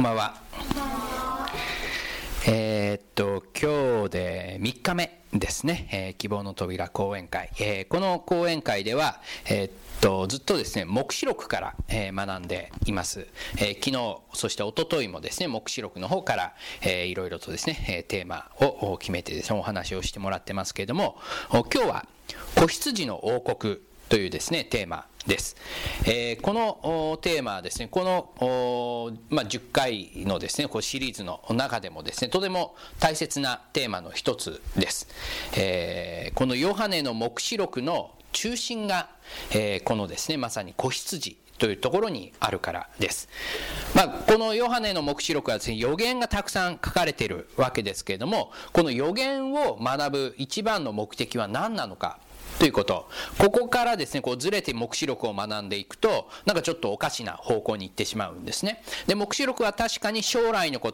ばんは。今日で3日目ですね、希望の扉講演会、この講演会では、ずっとですね黙示録から、学んでいます。昨日そして一昨日もですね黙示録の方から、いろいろとですねテーマを決めてですねお話をしてもらってますけれども、今日は子羊の王国というですねテーマです。このテーマはですねこの、10回のですねシリーズの中でもですねとても大切なテーマの一つです。このヨハネの黙示録の中心が、このですねまさに子羊というところにあるからです。このヨハネの黙示録はですね予言がたくさん書かれているわけですけれども、この予言を学ぶ一番の目的は何なのかということ、ここからですねずれて黙示録を学んでいくとなんかちょっとおかしな方向に行ってしまうんですね。で黙示録は確かに将来のこと、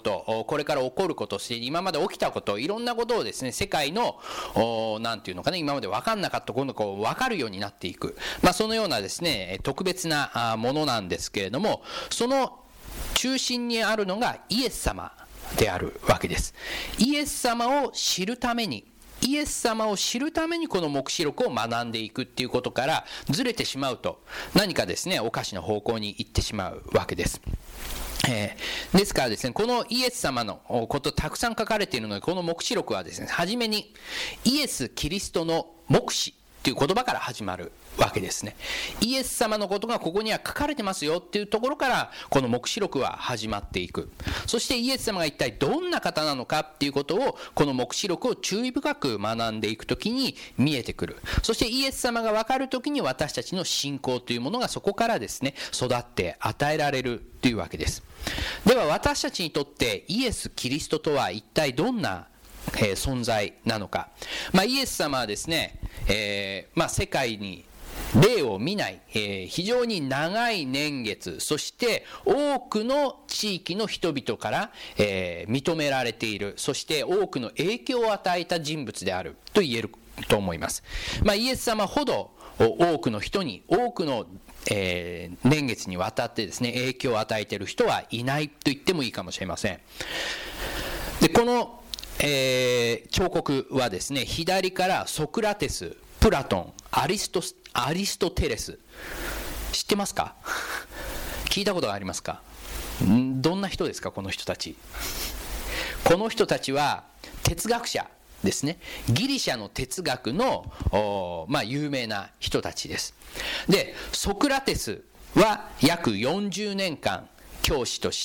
これから起こること、そして今まで起きたこと、いろんなことをですね世界のなんていうのかな、今まで分かんなかったことが分かるようになっていく、そのようなですね特別なものなんですけれども、その中心にあるのがイエス様であるわけです。イエス様を知るためにこの黙示録を学んでいくっていうことからずれてしまうと何かですねおかしな方向に行ってしまうわけです。ですからですねこのイエス様のことたくさん書かれているので、この黙示録はですね初めにイエス・キリストの黙示という言葉から始まるわけですね。イエス様のことがここには書かれてますよっていうところからこの黙示録は始まっていく。そしてイエス様が一体どんな方なのかっていうことをこの黙示録を注意深く学んでいくときに見えてくる。そしてイエス様が分かるときに私たちの信仰というものがそこからですね育って与えられるというわけです。では私たちにとってイエス・キリストとは一体どんな存在なのか。イエス様はですね、世界に例を見ない、非常に長い年月、そして多くの地域の人々から、認められている、そして多くの影響を与えた人物であると言えると思います。イエス様ほど多くの人に多くの年月にわたってですね影響を与えている人はいないと言ってもいいかもしれません。でこの彫刻はですね左からソクラテス、プラトン、アリストテレス、知ってますか？聞いたことがありますか？どんな人ですかこの人たち。この人たちは哲学者ですね。ギリシャの哲学の有名な人たちです。でソクラテスは約40年間教師として、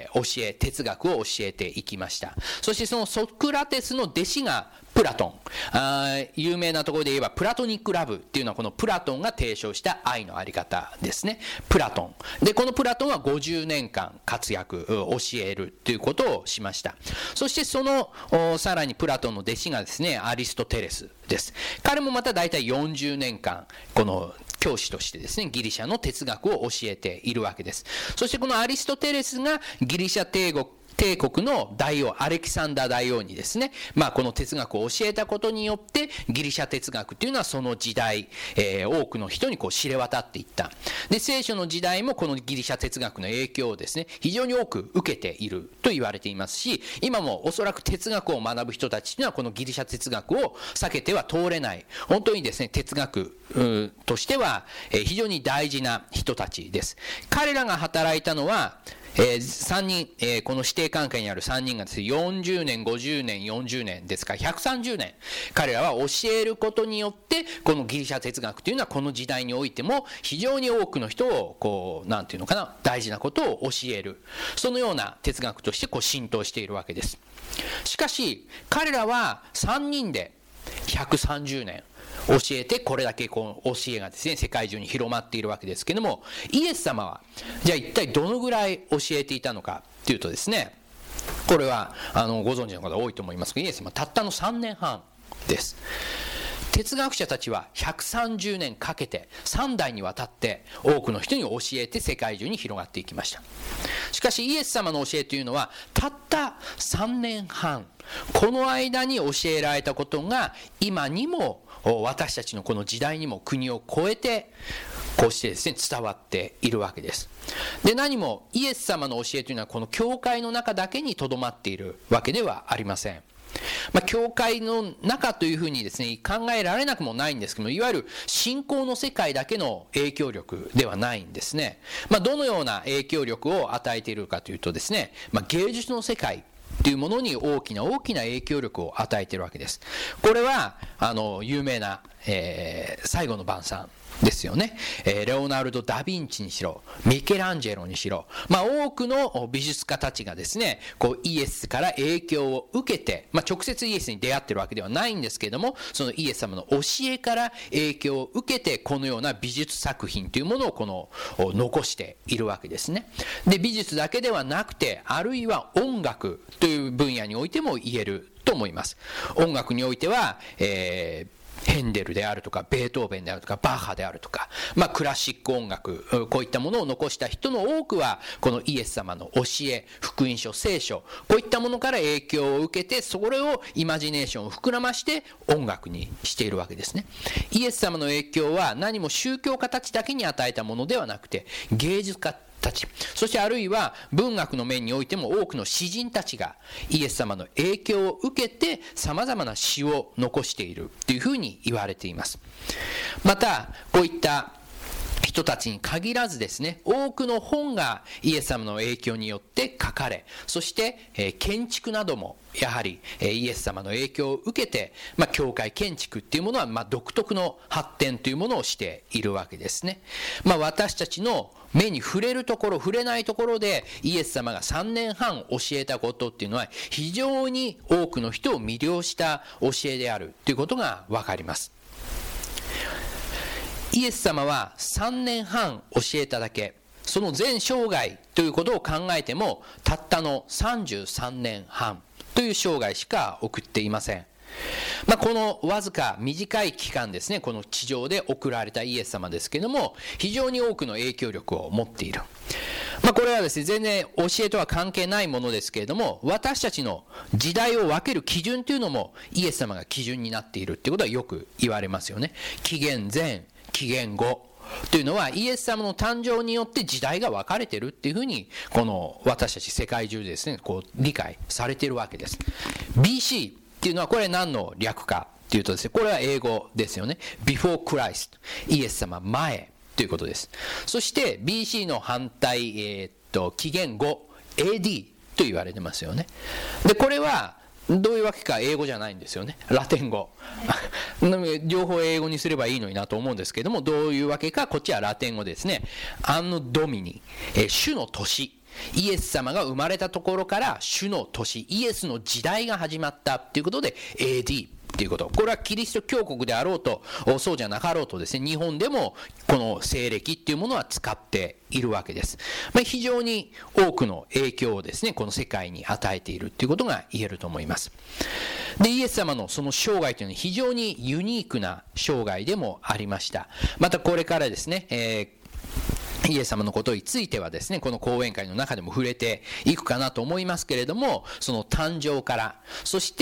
哲学を教えていきました。そしてそのソクラテスの弟子がプラトン、有名なところで言えばプラトニックラブっていうのはこのプラトンが提唱した愛のあり方ですね。プラトンでこのプラトンは50年間活躍教えるということをしました。そしてそのさらにプラトンの弟子がですねアリストテレスです。彼もまた大体40年間この教師としてですねギリシャの哲学を教えているわけです。そしてこのアリストテレスがギリシャ帝国の大王アレキサンダー大王にですね、この哲学を教えたことによってギリシャ哲学というのはその時代、多くの人に知れ渡っていった。で聖書の時代もこのギリシャ哲学の影響をですね非常に多く受けていると言われていますし、今もおそらく哲学を学ぶ人たちというのはこのギリシャ哲学を避けては通れない、本当にですね哲学としては非常に大事な人たちです。彼らが働いたのは3人、この指定関係にある3人がですね40年、50年、40年ですから130年彼らは教えることによってこのギリシャ哲学というのはこの時代においても非常に多くの人をなんていうのかな、大事なことを教える、そのような哲学として浸透しているわけです。しかし彼らは3人で130年教えてこれだけ教えがですね世界中に広まっているわけですけれども、イエス様はじゃあ一体どのぐらい教えていたのかというとですね、これはご存知の方多いと思いますがイエス様たったの3年半です。哲学者たちは130年かけて3代にわたって多くの人に教えて世界中に広がっていきました。しかしイエス様の教えというのはたった3年半、この間に教えられたことが今にも私たちのこの時代にも国を越えてこうしてですね、伝わっているわけです。で、何もイエス様の教えというのはこの教会の中だけにとどまっているわけではありません。教会の中というふうにですね、考えられなくもないんですけども、いわゆる信仰の世界だけの影響力ではないんですね。どのような影響力を与えているかというとですね、芸術の世界というものに大きな影響力を与えているわけです。これは有名な、最後の晩餐ですよね。レオナルド・ダ・ヴィンチにしろ、ミケランジェロにしろ、多くの美術家たちがですね、イエスから影響を受けて、直接イエスに出会っているわけではないんですけれども、そのイエス様の教えから影響を受けて、このような美術作品というものを残しているわけですね。で、美術だけではなくて、あるいは音楽という分野においても言えると思います。音楽においては、ヘンデルであるとかベートーベンであるとかバッハであるとか、クラシック音楽、こういったものを残した人の多くはこのイエス様の教え、福音書、聖書、こういったものから影響を受けて、それをイマジネーションを膨らまして音楽にしているわけですね。イエス様の影響は何も宗教家たちだけに与えたものではなくて、芸術家たち、そしてあるいは文学の面においても多くの詩人たちがイエス様の影響を受けて様々な詩を残しているというふうに言われています。またこういった人たちに限らずですね、多くの本がイエス様の影響によって書かれ、そして、建築などもやはり、イエス様の影響を受けて、教会建築っていうものは、独特の発展というものをしているわけですね。私たちの目に触れるところ、触れないところでイエス様が3年半教えたことっていうのは非常に多くの人を魅了した教えであるということがわかります。イエス様は3年半教えただけ、その全生涯ということを考えてもたったの33年半という生涯しか送っていません。このわずか短い期間ですね、この地上で送られたイエス様ですけれども、非常に多くの影響力を持っている。これはですね、全然教えとは関係ないものですけれども、私たちの時代を分ける基準というのもイエス様が基準になっているということはよく言われますよね。紀元前、紀元後というのはイエス様の誕生によって時代が分かれているっていうふうに、この私たち世界中でですね、理解されているわけです。 BC っていうのはこれ何の略かっていうとですね、これは英語ですよね。 Before Christ、 イエス様前ということです。そして BC の反対、紀元後 AD と言われてますよね。でこれはどういうわけか英語じゃないんですよね。ラテン語両方英語にすればいいのになと思うんですけども、どういうわけかこっちはラテン語ですね。アンノドミニ、主の年、イエス様が生まれたところから主の年、イエスの時代が始まったということで ADということ。これはキリスト教国であろうとそうじゃなかろうとですね、日本でもこの西暦っていうものは使っているわけです。非常に多くの影響をですね、この世界に与えているということが言えると思います。でイエス様のその生涯というのは非常にユニークな生涯でもありました。またこれからですね、イエス様のことについてはですね、この講演会の中でも触れていくかなと思いますけれども、その誕生から、そして、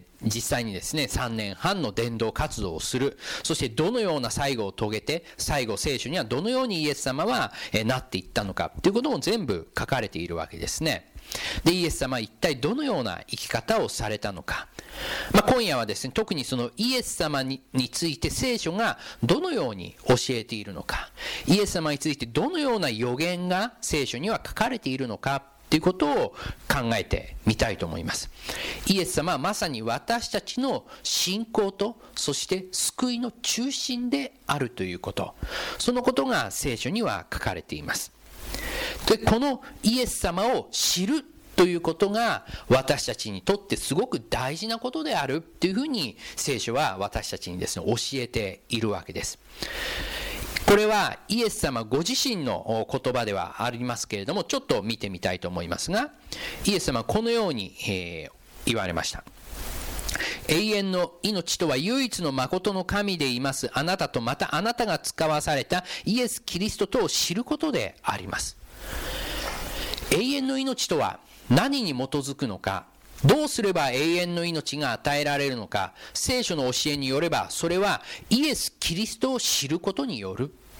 実際にですね、3年半の伝道活動をする、そしてどのような最後を遂げて、最後聖書にはどのようにイエス様はなっていったのかということも全部書かれているわけですね。でイエス様は一体どのような生き方をされたのか、今夜はですね、特にそのイエス様について聖書がどのように教えているのか、イエス様についてどのような予言が聖書には書かれているのかということを考えてみたいと思います。イエス様はまさに私たちの信仰と、そして救いの中心であるということ、そのことが聖書には書かれています。でこのイエス様を知るということが私たちにとってすごく大事なことであるというふうに聖書は私たちにですね、教えているわけです。これはイエス様ご自身の言葉ではありますけれども、ちょっと見てみたいと思いますが、イエス様はこのように、言われました。永遠の命とは唯一の誠の神でいますあなたと、またあなたが使わされたイエス・キリストとを知ることであります。永遠の命とは何に基づくのか、どうすれば永遠の命が与えられるのか、聖書の教えによればそれはイエス・キリストを知ることによる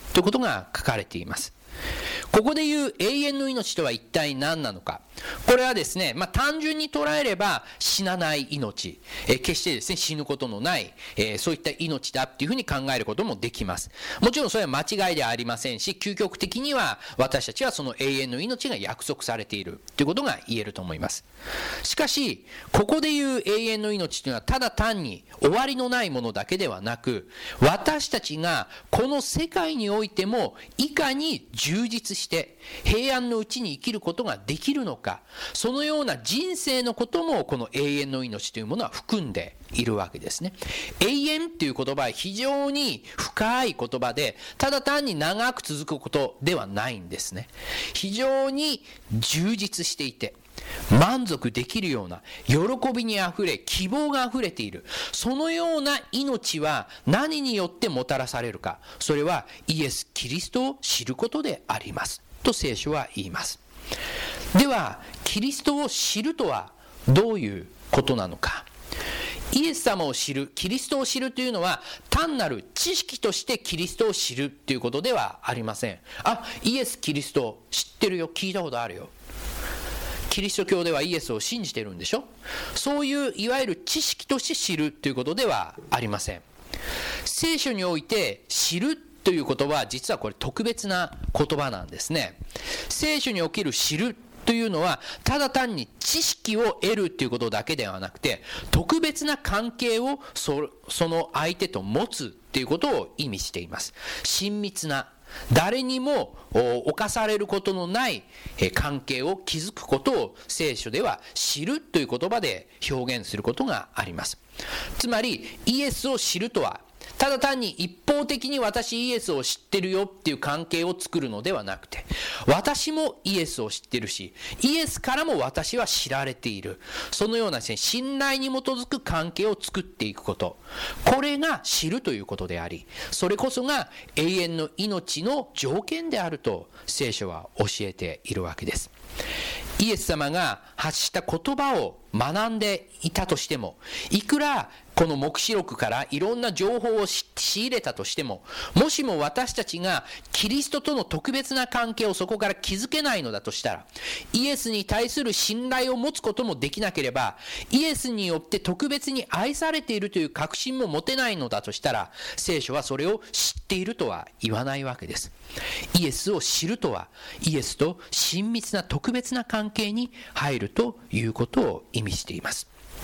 ということが書かれています。ここでいう永遠の命とは一体何なのか。これはですね、単純に捉えれば死なない命、決してですね死ぬことのない、そういった命だっていうふうに考えることもできます。もちろんそれは間違いではありませんし、究極的には私たちはその永遠の命が約束されているということが言えると思います。しかしここでいう永遠の命というのはただ単に終わりのないものだけではなく、私たちがこの世界においてもいかに充実して平安のうちに生きることができるのか、そのような人生のこともこの永遠の命というものは含んでいるわけですね。永遠という言葉は非常に深い言葉で、ただ単に長く続くことではないんですね。非常に充実していて満足できるような、喜びにあふれ希望があふれている、そのような命は何によってもたらされるか。それはイエス・キリストを知ることでありますと聖書は言います。ではキリストを知るとはどういうことなのか。イエス様を知る、キリストを知るというのは単なる知識としてキリストを知るということではありません。イエス・キリスト知ってるよ、聞いたことあるよ、キリスト教ではイエスを信じてるんでしょ。そういういわゆる知識として知るということではありません。聖書において知るという言葉は実はこれ特別な言葉なんですね。聖書における知るというのはただ単に知識を得るということだけではなくて、特別な関係をその相手と持つということを意味しています。親密な、誰にも侵されることのない関係を築くことを聖書では知るという言葉で表現することがあります。つまりイエスを知るとはただ単に一方的に私イエスを知ってるよっていう関係を作るのではなくて、私もイエスを知ってるし、イエスからも私は知られている、そのようなですね、信頼に基づく関係を作っていくこと、これが知るということであり、それこそが永遠の命の条件であると聖書は教えているわけです。イエス様が発した言葉を学んでいたとしても、いくらこの黙示録からいろんな情報を仕入れたとしても、もしも私たちがキリストとの特別な関係をそこから築けないのだとしたら、イエスに対する信頼を持つこともできなければ、イエスによって特別に愛されているという確信も持てないのだとしたら、聖書はそれを知っているとは言わないわけです。イエスを知るとは、イエスと親密な特別な関係に入るということを意味しています。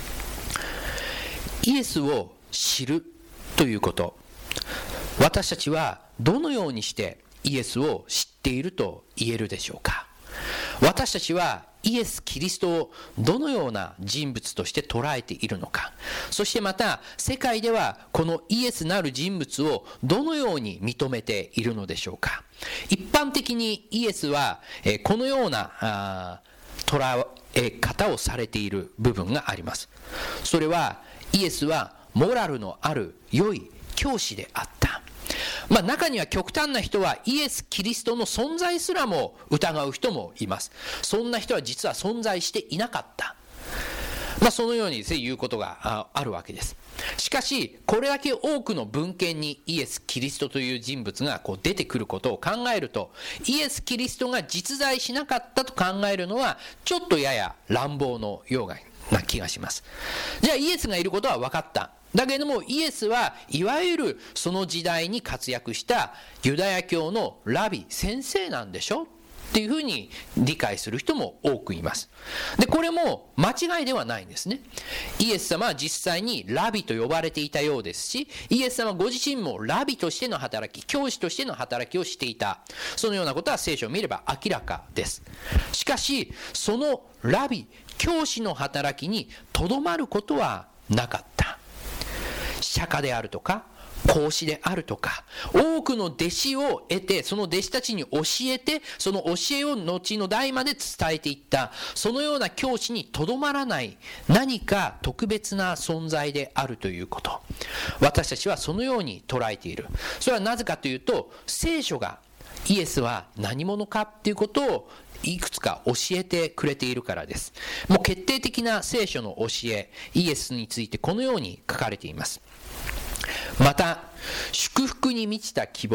イエスを知るということ、私たちはどのようにしてイエスを知っていると言えるでしょうか。私たちはイエス・キリストをどのような人物として捉えているのか、そしてまた世界ではこのイエスなる人物をどのように認めているのでしょうか。一般的にイエスはこのような捉え方をされている部分があります。それはイエスはモラルのある良い教師であった。中には極端な人はイエス・キリストの存在すらも疑う人もいます。そんな人は実は存在していなかった。そのようにですね、言うことがあるわけです。しかしこれだけ多くの文献にイエス・キリストという人物が出てくることを考えると、イエス・キリストが実在しなかったと考えるのはちょっとやや乱暴のような気がします。じゃあイエスがいることは分かった。だけどもイエスはいわゆるその時代に活躍したユダヤ教のラビ、先生なんでしょっていうふうに理解する人も多くいます。でこれも間違いではないんですね。イエス様は実際にラビと呼ばれていたようですし、イエス様ご自身もラビとしての働き、教師としての働きをしていた、そのようなことは聖書を見れば明らかです。しかしそのラビ、教師の働きにとどまることはなかった。釈迦であるとか孔子であるとか、多くの弟子を得て、その弟子たちに教えて、その教えを後の代まで伝えていった、そのような教師にとどまらない何か特別な存在であるということ、私たちはそのように捉えている。それはなぜかというと、聖書がイエスは何者かっていうことをいくつか教えてくれているからです。もう決定的な聖書の教え、イエスについてこのように書かれています。また祝福に満ちた希望、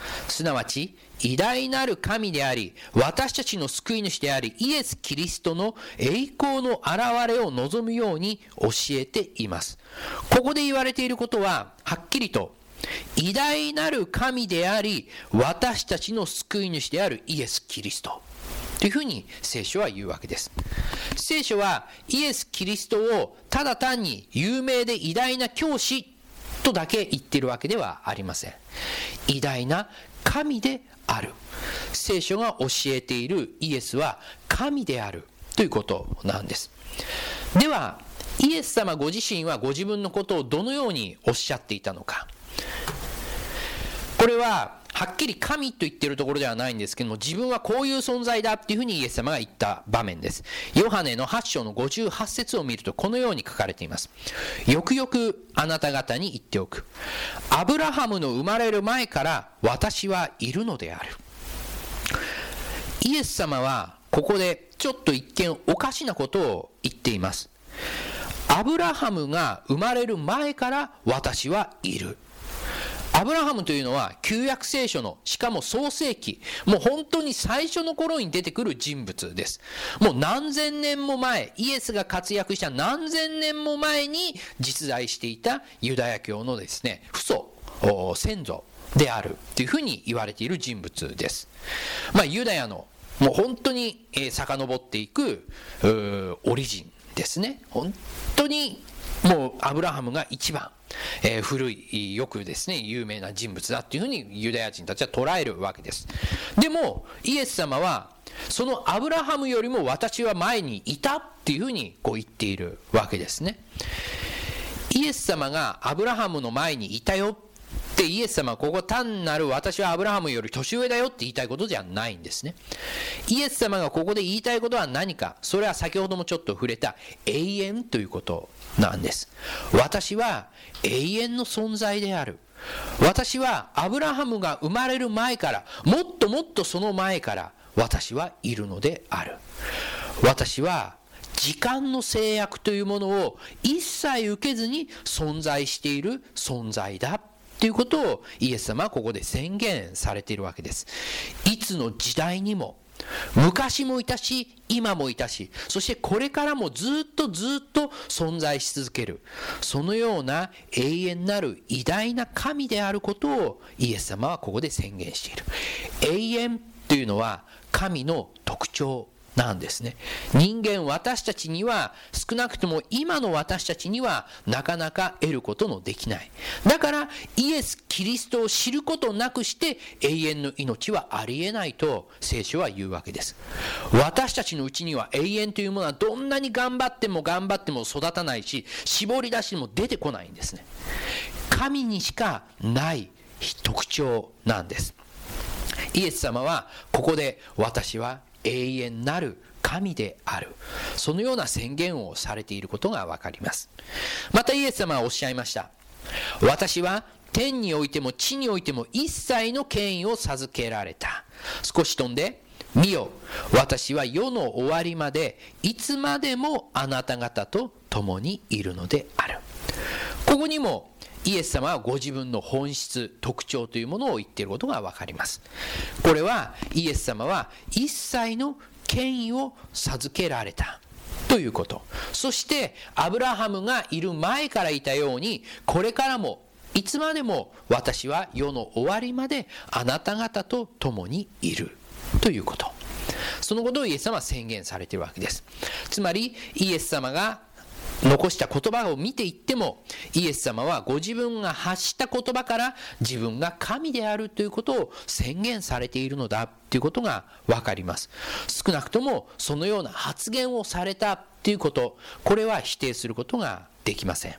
すなわち偉大なる神であり、私たちの救い主であり、イエス・キリストの栄光の現れを望むように教えています。ここで言われていることは、はっきりと、偉大なる神であり、私たちの救い主であるイエス・キリスト。というふうに聖書は言うわけです。聖書はイエス・キリストをただ単に有名で偉大な教師とだけ言っているわけではありません。偉大な神である。聖書が教えているイエスは神であるということなんです。では、イエス様ご自身はご自分のことをどのようにおっしゃっていたのか。これははっきり神と言っているところではないんですけども、自分はこういう存在だっていうふうにイエス様が言った場面です。ヨハネの8章の58節を見るとこのように書かれています。よくよくあなた方に言っておく。アブラハムの生まれる前から私はいるのである。イエス様はここでちょっと一見おかしなことを言っています。アブラハムが生まれる前から私はいる。アブラハムというのは旧約聖書の、しかも創世記、もう本当に最初の頃に出てくる人物です。もう何千年も前、イエスが活躍した何千年も前に実在していたユダヤ教のですね、父祖、先祖であるというふうに言われている人物です。ユダヤのもう本当に遡っていくオリジンですね。本当にもうアブラハムが一番古い、よくですね有名な人物だっていうふうにユダヤ人たちは捉えるわけです。でもイエス様はそのアブラハムよりも私は前にいたっていうふうにこう言っているわけですね。イエス様がアブラハムの前にいたよってイエス様はここ単なる私はアブラハムより年上だよって言いたいことじゃないんですね。イエス様がここで言いたいことは何か、それは先ほどもちょっと触れた永遠ということなんです。私は永遠の存在である。私はアブラハムが生まれる前から、もっともっとその前から私はいるのである。私は時間の制約というものを一切受けずに存在している存在だということをイエス様はここで宣言されているわけです。いつの時代にも、昔もいたし今もいたし、そしてこれからもずっと存在し続ける、そのような永遠なる偉大な神であることをイエス様はここで宣言している。永遠というのは神の特徴なんですね。人間、私たちには、少なくとも今の私たちにはなかなか得ることのできない。だからイエス・キリストを知ることなくして永遠の命はありえないと聖書は言うわけです。私たちのうちには永遠というものはどんなに頑張っても育たないし、絞り出しても出てこないんですね。神にしかない特徴なんです。イエス様はここで私は永遠なる神である、そのような宣言をされていることがわかります。またイエス様はおっしゃいました。私は天においても地においても一切の権威を授けられた。少し飛んで、見よ、私は世の終わりまでいつまでもあなた方と共にいるのである。ここにもイエス様はご自分の本質、特徴というものを言っていることがわかります。これはイエス様は一切の権威を授けられたということ。そしてアブラハムがいる前からいたように、これからもいつまでも私は世の終わりまであなた方と共にいるということ。そのことをイエス様は宣言されているわけです。つまりイエス様が残した言葉を見ていっても、イエス様はご自分が発した言葉から自分が神であるということを宣言されているのだということが分かります。少なくともそのような発言をされたということ、これは否定することができません。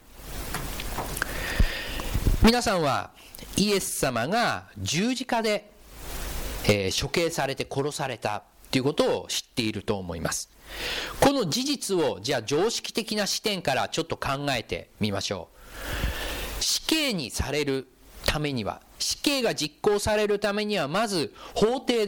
皆さんはイエス様が十字架で、処刑されて殺されたということを知っていると思います。この事実をじゃあ常識的な視点からちょっと考えてみましょう。死刑にされるためには、死刑が実行されるためにはまず法廷で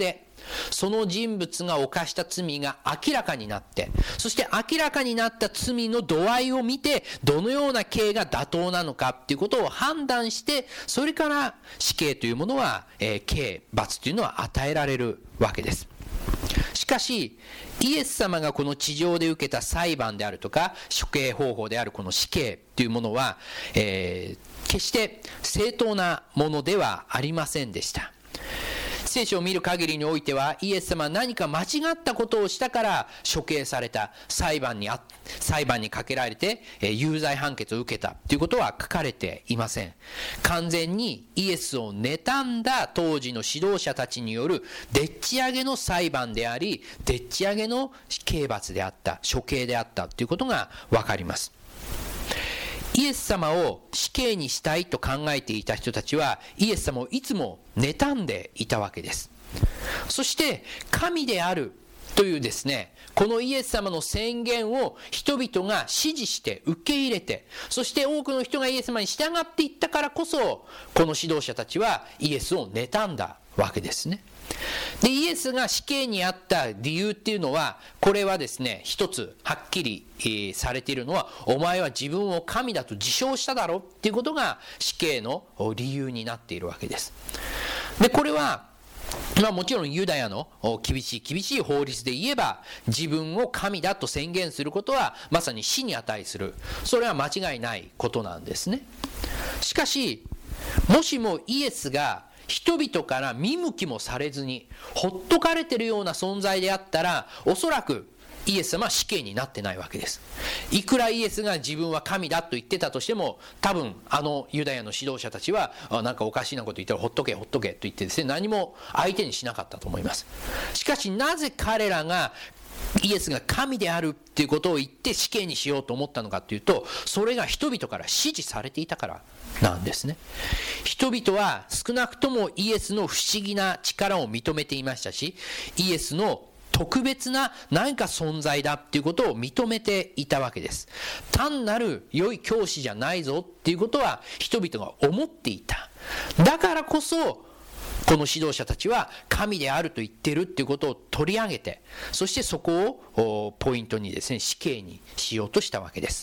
その人物が犯した罪が明らかになって、そして明らかになった罪の度合いを見て、どのような刑が妥当なのかっていうことを判断して、それから死刑というものは、刑罰というのは与えられるわけです。しかしイエス様がこの地上で受けた裁判であるとか処刑方法であるこの死刑というものは、決して正当なものではありませんでした。聖書を見る限りにおいては、イエス様は何か間違ったことをしたから処刑された、裁判にかけられて有罪判決を受けたということは書かれていません。完全にイエスを妬んだ当時の指導者たちによるでっち上げの裁判であり、でっち上げの刑罰であった、処刑であったということがわかります。イエス様を死刑にしたいと考えていた人たちは、イエス様をいつも妬んでいたわけです。そして神であるというですね、このイエス様の宣言を人々が支持して受け入れて、そして多くの人がイエス様に従っていったからこそ、この指導者たちはイエスを妬んだわけですね。で、イエスが死刑にあった理由っていうのは、これはですね、一つはっきりされているのは、お前は自分を神だと自称しただろっていうことが死刑の理由になっているわけです。で、これはもちろんユダヤの厳しい法律で言えば、自分を神だと宣言することはまさに死に値する、それは間違いないことなんですね。しかしもしもイエスが人々から見向きもされずにほっとかれているような存在であったら、おそらくイエス様は死刑になってないわけです。いくらイエスが自分は神だと言ってたとしても、多分ユダヤの指導者たちはなんかおかしいなこと言ったらほっとけと言ってですね、何も相手にしなかったと思います。しかしなぜ彼らがイエスが神であるっていうことを言って死刑にしようと思ったのかというと、それが人々から支持されていたからなんですね。人々は少なくともイエスの不思議な力を認めていましたし、イエスの特別な何か存在だっていうことを認めていたわけです。単なる良い教師じゃないぞっていうことは人々が思っていた。だからこそこの指導者たちは神であると言ってるっていうことを取り上げて、そしてそこをポイントにですね、死刑にしようとしたわけです。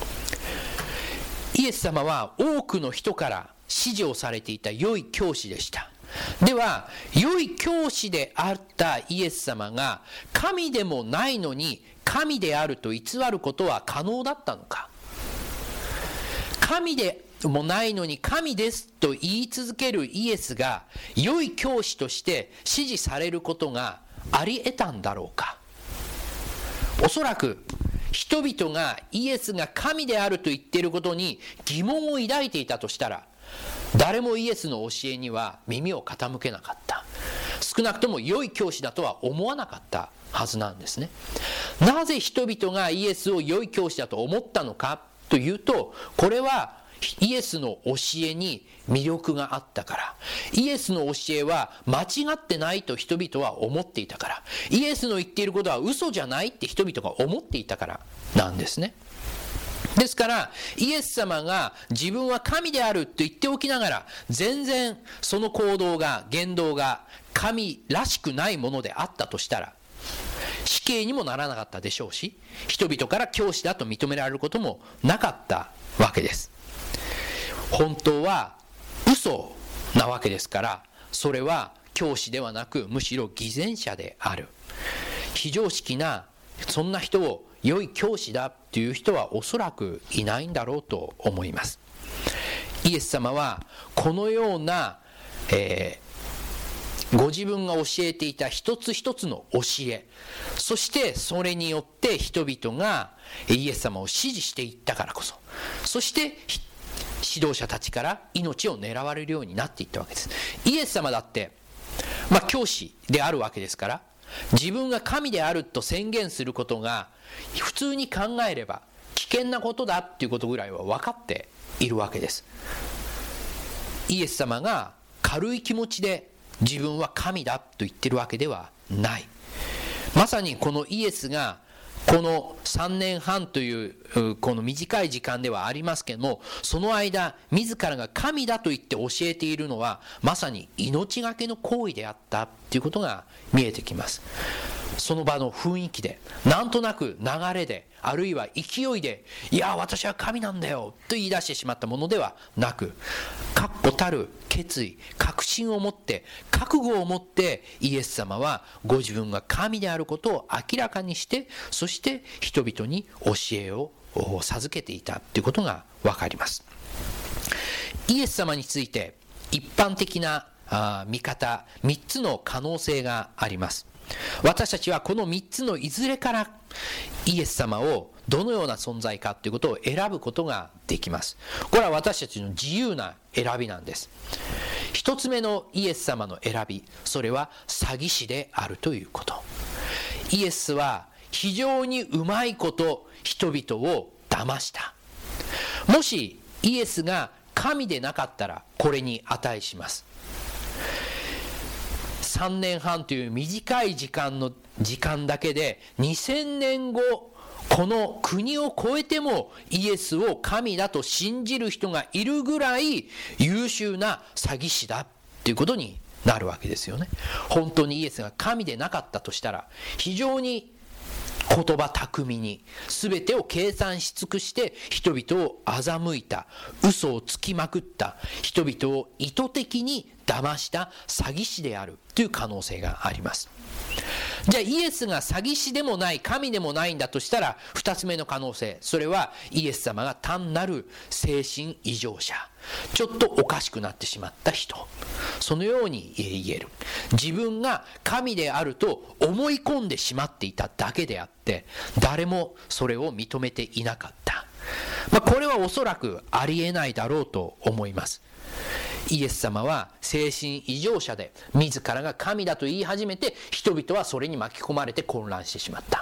イエス様は多くの人から支持をされていた良い教師でした。では良い教師であったイエス様が神でもないのに神であると偽ることは可能だったのか。神でもないのに神ですと言い続けるイエスが良い教師として支持されることがあり得たんだろうか。おそらく人々がイエスが神であると言っていることに疑問を抱いていたとしたら、誰もイエスの教えには耳を傾けなかった。少なくとも良い教師だとは思わなかったはずなんですね。なぜ人々がイエスを良い教師だと思ったのかというと、これはイエスの教えに魅力があったから、イエスの教えは間違ってないと人々は思っていたから、イエスの言っていることは嘘じゃないって人々が思っていたからなんですね。ですからイエス様が自分は神であると言っておきながら、全然その行動が言動が神らしくないものであったとしたら、死刑にもならなかったでしょうし、人々から教師だと認められることもなかったわけです。本当は嘘なわけですから、それは教師ではなくむしろ偽善者である。非常識なそんな人を良い教師だという人はおそらくいないんだろうと思います。イエス様はこのような、ご自分が教えていた一つ一つの教え、そしてそれによって人々がイエス様を支持していったからこそ、そして指導者たちから命を狙われるようになっていったわけです。イエス様だって、教師であるわけですから、自分が神であると宣言することが普通に考えれば危険なことだっていうことぐらいは分かっているわけです。イエス様が軽い気持ちで自分は神だと言ってるわけではない。まさにこのイエスがこの3年半というこの短い時間ではありますけども、その間自らが神だと言って教えているのはまさに命がけの行為であったということが見えてきます。その場の雰囲気で、なんとなく流れで、あるいは勢いで、いや私は神なんだよと言い出してしまったものではなく、確固たる決意、確信を持って、覚悟を持ってイエス様はご自分が神であることを明らかにして、そして人々に教えを授けていたということがわかります。イエス様について一般的な見方、3つの可能性があります。私たちはこの3つのいずれからイエス様をどのような存在かということを選ぶことができます。これは私たちの自由な選びなんです。一つ目のイエス様の選び、それは詐欺師であるということ。イエスは非常にうまいこと人々を騙した。もしイエスが神でなかったらこれに値します。3年半という短い時間だけで2000年後、この国を越えてもイエスを神だと信じる人がいるぐらい優秀な詐欺師だということになるわけですよね。本当にイエスが神でなかったとしたら、非常に言葉巧みに全てを計算し尽くして人々を欺いた、嘘をつきまくった、人々を意図的に騙した詐欺師であるという可能性があります。じゃあイエスが詐欺師でもない、神でもないんだとしたら、2つ目の可能性、それはイエス様が単なる精神異常者、ちょっとおかしくなってしまった人、そのように言える。自分が神であると思い込んでしまっていただけであって、誰もそれを認めていなかった。これはおそらくありえないだろうと思います。イエス様は精神異常者で、自らが神だと言い始めて、人々はそれに巻き込まれて混乱してしまった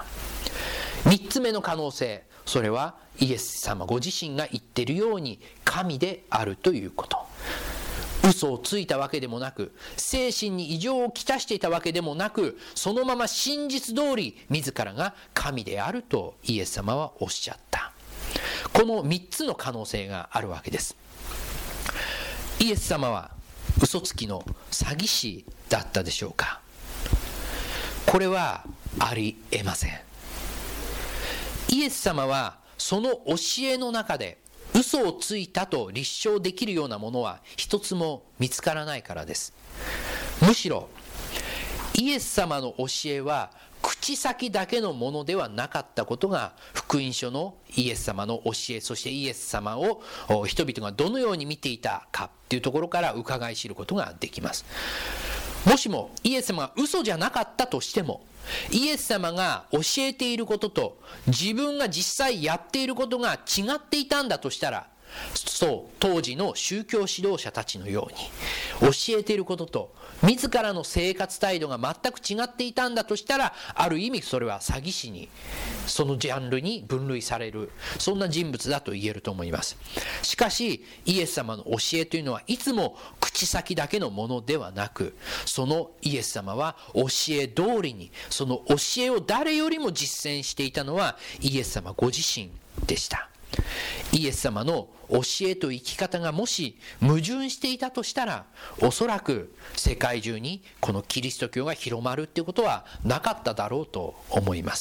。3つ目の可能性、それはイエス様ご自身が言っているように神であるということ。嘘をついたわけでもなく、精神に異常をきたしていたわけでもなく、そのまま真実通り自らが神であるとイエス様はおっしゃった。この3つの可能性があるわけです。イエス様は嘘つきの詐欺師だったでしょうか。これはありえません。イエス様はその教えの中で嘘をついたと立証できるようなものは一つも見つからないからです。むしろイエス様の教えは口先だけのものではなかったことが、福音書のイエス様の教え、そしてイエス様を人々がどのように見ていたかというところから伺い知ることができます。もしもイエス様が嘘じゃなかったとしても、イエス様が教えていることと自分が実際やっていることが違っていたんだとしたら、そう当時の宗教指導者たちのように教えていることと自らの生活態度が全く違っていたんだとしたら、ある意味それは詐欺師に、そのジャンルに分類される、そんな人物だと言えると思います。しかしイエス様の教えというのはいつも口先だけのものではなく、そのイエス様は教え通りに、その教えを誰よりも実践していたのはイエス様ご自身でした。イエス様の教えと生き方がもし矛盾していたとしたら、おそらく世界中にこのキリスト教が広まるということはなかっただろうと思います。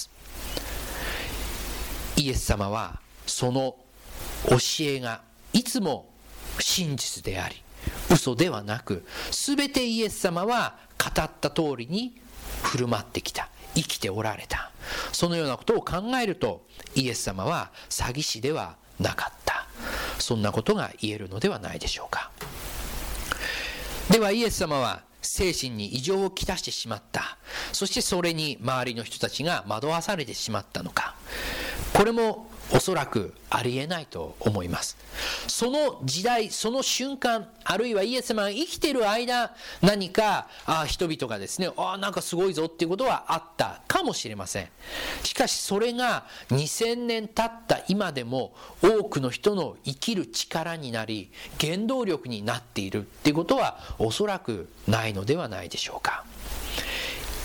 イエス様はその教えがいつも真実であり嘘ではなく、すべてイエス様は語った通りに振る舞ってきた、生きておられた。そのようなことを考えると、イエス様は詐欺師ではなかった、そんなことが言えるのではないでしょうか。ではイエス様は精神に異常をきたしてしまった、そしてそれに周りの人たちが惑わされてしまったのか、これもおそらくありえないと思います。その時代、その瞬間、あるいはイエス様が生きている間、何か人々がですね、なんかすごいぞっていうことはあったかもしれません。しかしそれが2000年経った今でも多くの人の生きる力になり、原動力になっているっていうことはおそらくないのではないでしょうか。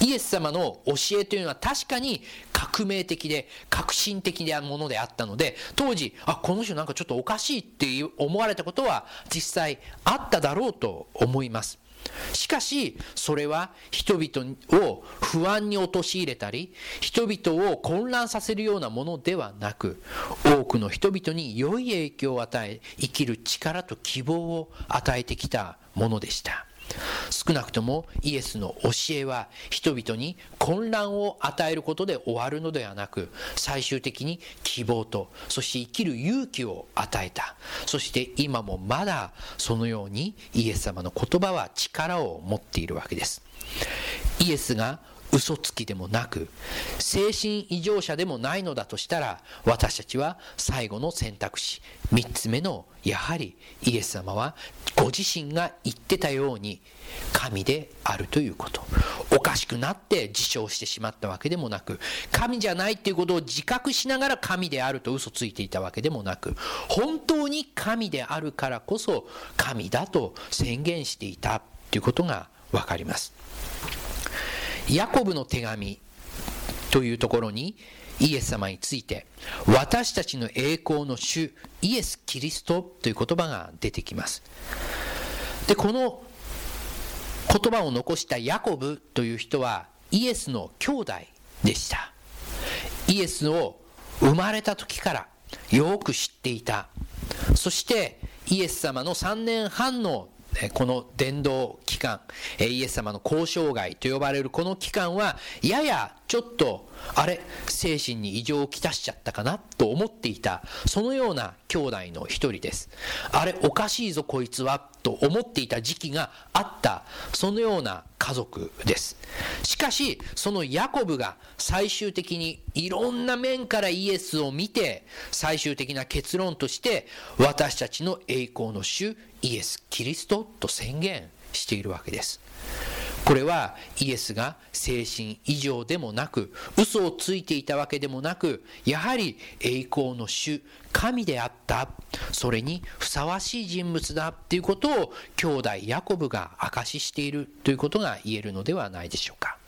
イエス様の教えというのは確かに革命的で革新的なものであったので、当時この人なんかちょっとおかしいって思われたことは実際あっただろうと思います。しかしそれは人々を不安に陥れたり、人々を混乱させるようなものではなく、多くの人々に良い影響を与え、生きる力と希望を与えてきたものでした。少なくともイエスの教えは人々に混乱を与えることで終わるのではなく、最終的に希望と、そして生きる勇気を与えた。そして今もまだそのようにイエス様の言葉は力を持っているわけです。イエスが嘘つきでもなく精神異常者でもないのだとしたら、私たちは最後の選択肢、3つ目のやはりイエス様はご自身が言ってたように神であるということ、おかしくなって自称してしまったわけでもなく、神じゃないっていうことを自覚しながら神であると嘘ついていたわけでもなく、本当に神であるからこそ神だと宣言していたということがわかります。ヤコブの手紙というところにイエス様について、私たちの栄光の主イエス・キリストという言葉が出てきます。で、この言葉を残したヤコブという人はイエスの兄弟でした。イエスを生まれた時からよく知っていた。そしてイエス様の3年半のこの伝道期間、イエス様の交渉外と呼ばれるこの期間は、ややちょっと精神に異常をきたしちゃったかなと思っていた、そのような兄弟の一人です。おかしいぞこいつはと思っていた時期があった、そのような家族です。しかしそのヤコブが最終的にいろんな面からイエスを見て、最終的な結論として私たちの栄光の主イエス・キリストと宣言しているわけです。これはイエスが精神異常でもなく嘘をついていたわけでもなく、やはり栄光の主神であった、それにふさわしい人物だということを兄弟ヤコブが証ししているということが言えるのではないでしょうか。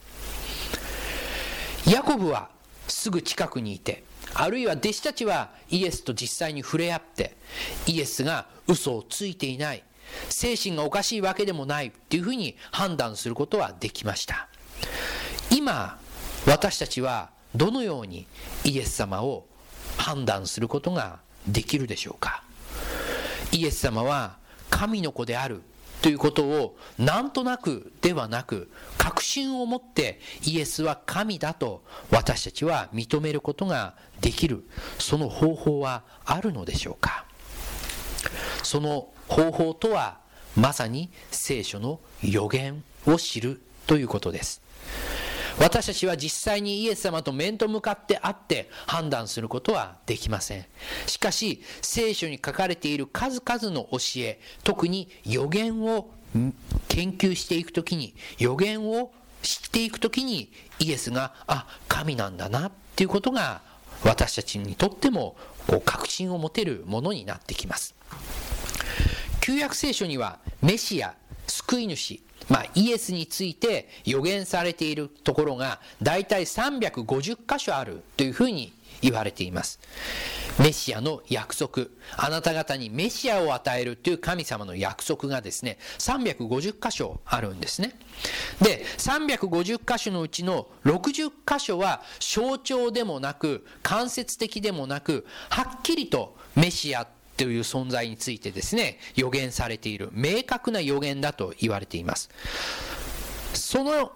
ヤコブはすぐ近くにいて、あるいは弟子たちはイエスと実際に触れ合って、イエスが嘘をついていない、精神がおかしいわけでもないというふうに判断することはできました。今私たちはどのようにイエス様を判断することができるでしょうか。イエス様は神の子であるということをなんとなくではなく、確信を持ってイエスは神だと私たちは認めることができる、その方法はあるのでしょうか。その方法とはまさに聖書の預言を知るということです。私たちは実際にイエス様と面と向かって会って判断することはできません。しかし聖書に書かれている数々の教え、特に預言を研究していくときに、預言を知っていくときに、イエスが神なんだなっていうことが私たちにとっても確信を持てるものになってきます。旧約聖書にはメシア、救い主、イエスについて予言されているところがだいたい350箇所あるというふうに言われています。メシアの約束、あなた方にメシアを与えるという神様の約束がですね、350箇所あるんですね。で、350箇所のうちの60箇所は象徴でもなく間接的でもなく、はっきりとメシアという存在についてですね、予言されている明確な予言だと言われています。その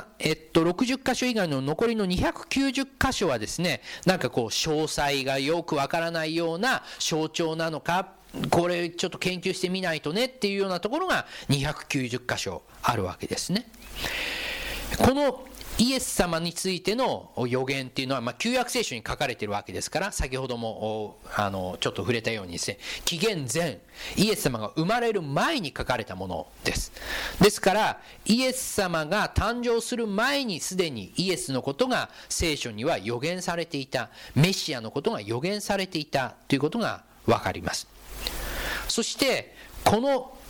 60箇所以外の残りの290箇所はですね、詳細がよくわからないような象徴なのか、これちょっと研究してみないとねっていうようなところが290箇所あるわけですね。このイエス様についての予言っていうのは、旧約聖書に書かれているわけですから、先ほどもちょっと触れたようにですね、紀元前、イエス様が生まれる前に書かれたものです。ですからイエス様が誕生する前にすでにイエスのことが聖書には予言されていた、メシアのことが予言されていたということがわかります。そしてこの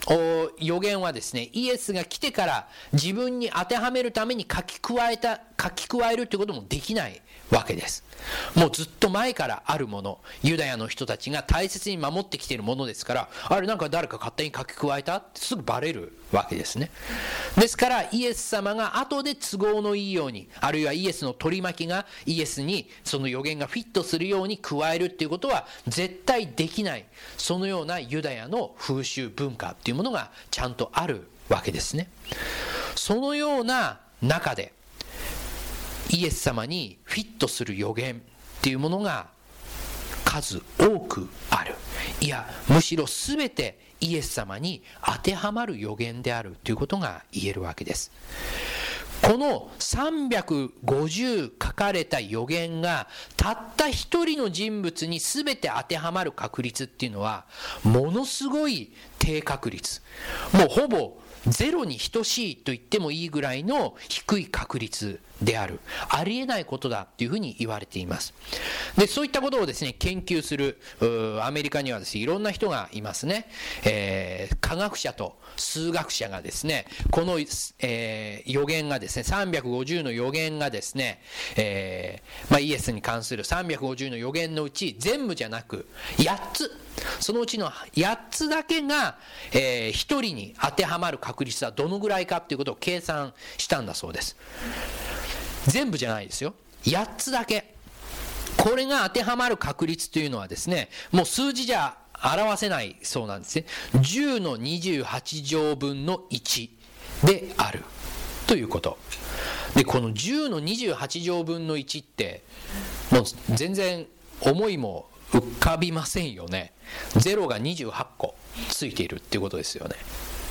予言はですね、イエスが来てから自分に当てはめるために書き加えるということもできないわけです。もうずっと前からあるもの、ユダヤの人たちが大切に守ってきているものですから、あれなんか誰か勝手に書き加えたってすぐバレるわけですね。ですからイエス様が後で都合のいいように、あるいはイエスの取り巻きがイエスにその予言がフィットするように加えるっていうことは絶対できない、そのようなユダヤの風習文化っていうものがちゃんとあるわけですね。そのような中でイエス様にフィットする予言っていうものが数多くある。いや、むしろ全てイエス様に当てはまる予言であるということが言えるわけです。この350書かれた予言がたった一人の人物に全て当てはまる確率っていうのはものすごい低確率、もうほぼゼロに等しいと言ってもいいぐらいの低い確率である、ありえないことだというふうに言われています。でそういったことをですね研究するアメリカにはですねいろんな人がいますね。科学者と数学者がですねこの、予言がですね350の予言がですね、イエスに関する350の予言のうち全部じゃなく8つ、そのうちの8つだけが、1人に当てはまる確率はどのぐらいかということを計算したんだそうです。全部じゃないですよ、8つだけ。これが当てはまる確率というのはですねもう数字じゃ表せないそうなんですね。10の28乗分の1であるということで、この10の28乗分の1ってもう全然思いも浮かびませんよね。0が28個ついているっていうことですよね。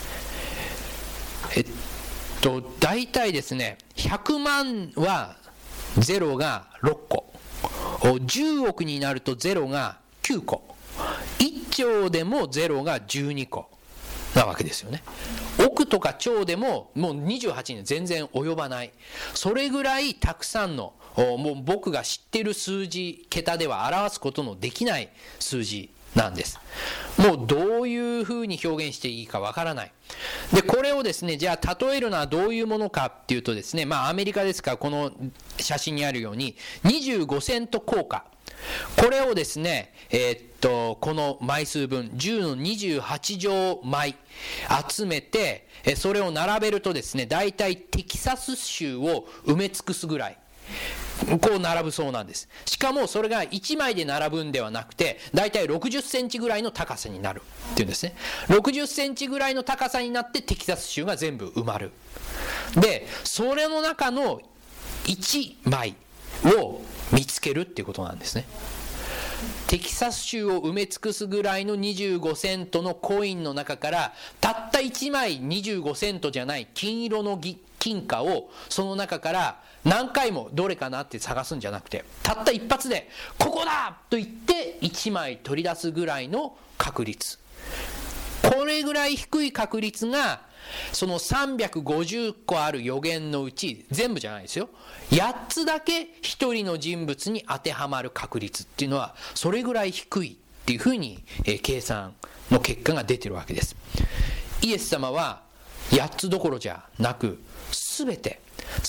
大体ですね100万は0が6個、10億になると0が9個、1兆でも0が12個なわけですよね。億とか兆でももう28に全然及ばない、それぐらいたくさんのもう僕が知っている数字桁では表すことのできない数字なんです。もうどういうふうに表現していいかわからない。でこれをですねじゃあ例えるのはどういうものかっていうとですね、アメリカですからこの写真にあるように25セント硬貨、これをですねこの枚数分10の28乗枚集めてそれを並べるとですね大体テキサス州を埋め尽くすぐらいこう並ぶそうなんです。しかもそれが1枚で並ぶんではなくてだいたい60センチぐらいの高さになるっていうんですね。60センチぐらいの高さになってテキサス州が全部埋まる。でそれの中の1枚を見つけるっていうことなんですね。テキサス州を埋め尽くすぐらいの25セントのコインの中からたった1枚25セントじゃない金色の金貨をその中から何回もどれかなって探すんじゃなくてたった一発でここだと言って1枚取り出すぐらいの確率、これぐらい低い確率がその350個ある予言のうち全部じゃないですよ、8つだけ1人の人物に当てはまる確率っていうのはそれぐらい低いっていうふうに計算の結果が出てるわけです。イエス様は8つどころじゃなく全て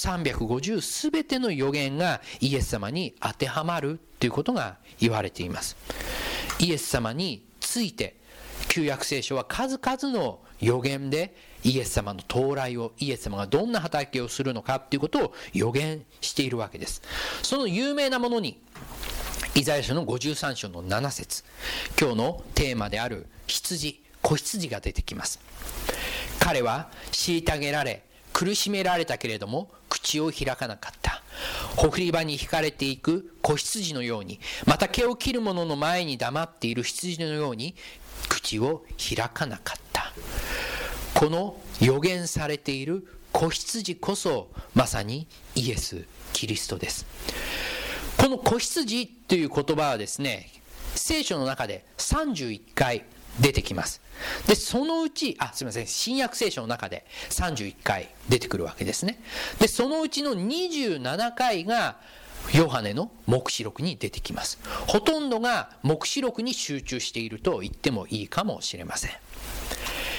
350全ての予言がイエス様に当てはまるということが言われています。イエス様について旧約聖書は数々の予言でイエス様の到来を、イエス様がどんな働きをするのかということを予言しているわけです。その有名なものにイザヤ書の53章の7節、今日のテーマである羊、子羊が出てきます。彼は虐げられ苦しめられたけれども口を開かなかった。ほふり場に引かれていく子羊のように、また毛を切る者の前に黙っている羊のように口を開かなかった。この予言されている子羊こそまさにイエス・キリストです。この子羊という言葉はですね聖書の中で31回出てきます。でそのうち新約聖書の中で31回出てくるわけですね。でそのうちの27回がヨハネの黙示録に出てきます。ほとんどが黙示録に集中していると言ってもいいかもしれません。こ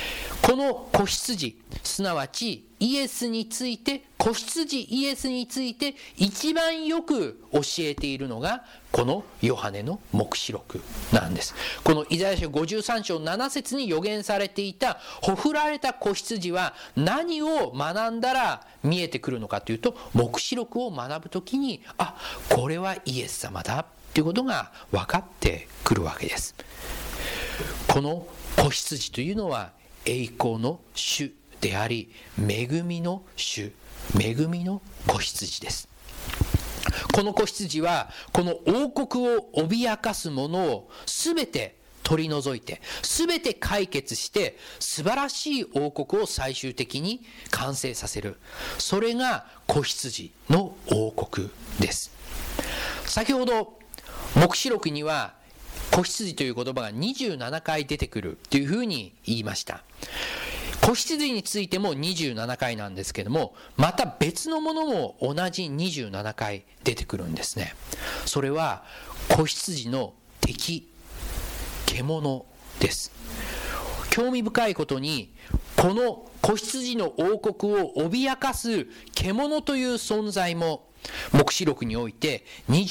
この子羊、すなわちイエスについて、子羊イエスについて一番よく教えているのがこのヨハネの黙示録なんです。このイザヤ書53章7節に予言されていたほふられた子羊は何を学んだら見えてくるのかというと、黙示録を学ぶときに、あ、これはイエス様だということが分かってくるわけです。この子羊というのは栄光の主であり、恵みの主、恵みの子羊です。この子羊はこの王国を脅かすものをすべて取り除いて、すべて解決して素晴らしい王国を最終的に完成させる、それが子羊の王国です。先ほど黙示録には子羊という言葉が27回出てくるというふうに言いました。子羊についても27回なんですけども、また別のものも同じ27回出てくるんですね。それは子羊の敵、獣です。興味深いことに、この子羊の王国を脅かす獣という存在も黙示録において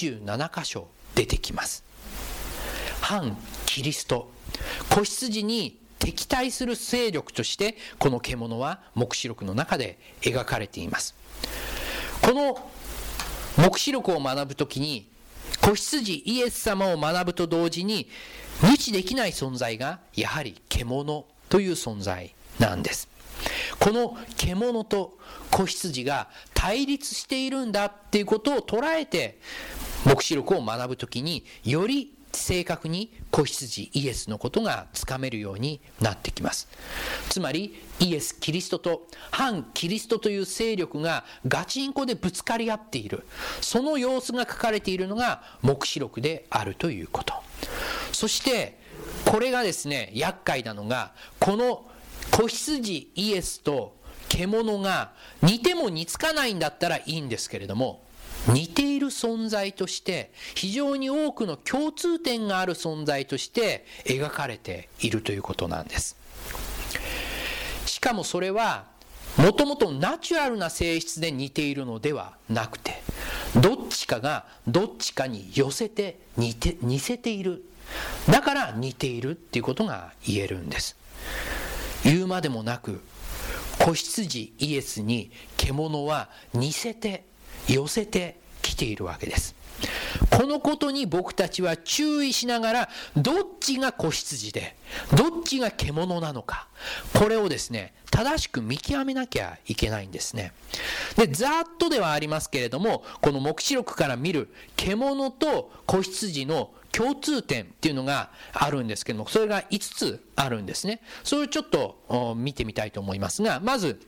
27箇所出てきます。反キリスト、子羊に敵対する勢力としてこの獣は黙示録の中で描かれています。この黙示録を学ぶときに、子羊イエス様を学ぶと同時に無視できない存在がやはり獣という存在なんです。この獣と子羊が対立しているんだっていうことを捉えて黙示録を学ぶときに、より正確に子羊イエスのことがつかめるようになってきます。つまりイエス・キリストと反キリストという勢力がガチンコでぶつかり合っている、その様子が書かれているのが黙示録であるということ。そしてこれがですね、厄介なのが、この子羊イエスと獣が似ても似つかないんだったらいいんですけれども、似ている存在として非常に多くの共通点がある存在として描かれているということなんです。しかもそれはもともとナチュラルな性質で似ているのではなくて、どっちかがどっちかに寄せて似せている、だから似ているっていうことが言えるんです。言うまでもなく、子羊イエスに獣は似せて寄せてきているわけです。このことに僕たちは注意しながら、どっちが子羊でどっちが獣なのか、これをですね正しく見極めなきゃいけないんですね。で、ざっとではありますけれども、この黙示録から見る獣と子羊の共通点っていうのがあるんですけども、それが5つあるんですね。それをちょっと見てみたいと思いますが、まず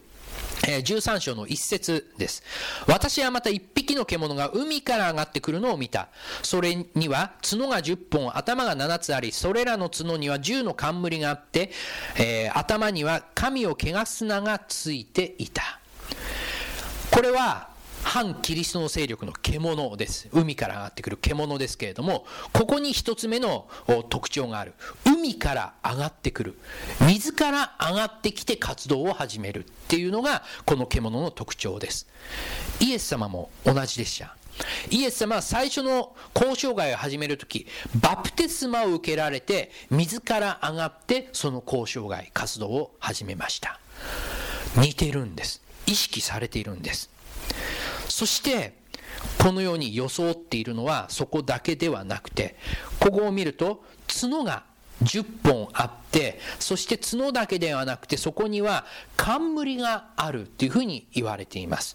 13章の1節です。私はまた1匹の獣が海から上がってくるのを見た。それには角が10本、頭が7つあり、それらの角には10の冠があって、頭には神を汚す名がついていた。これは反キリストの勢力の獣です。海から上がってくる獣ですけれども、ここに一つ目の特徴がある。海から上がってくる、水から上がってきて活動を始めるっていうのがこの獣の特徴です。イエス様も同じでした。イエス様は最初の交渉外を始めるとき、バプテスマを受けられて水から上がってその交渉外活動を始めました。似てるんです。意識されているんです。そしてこのように装っているのはそこだけではなくて、ここを見ると角が10本あって、そして角だけではなくてそこには冠があるというふうに言われています。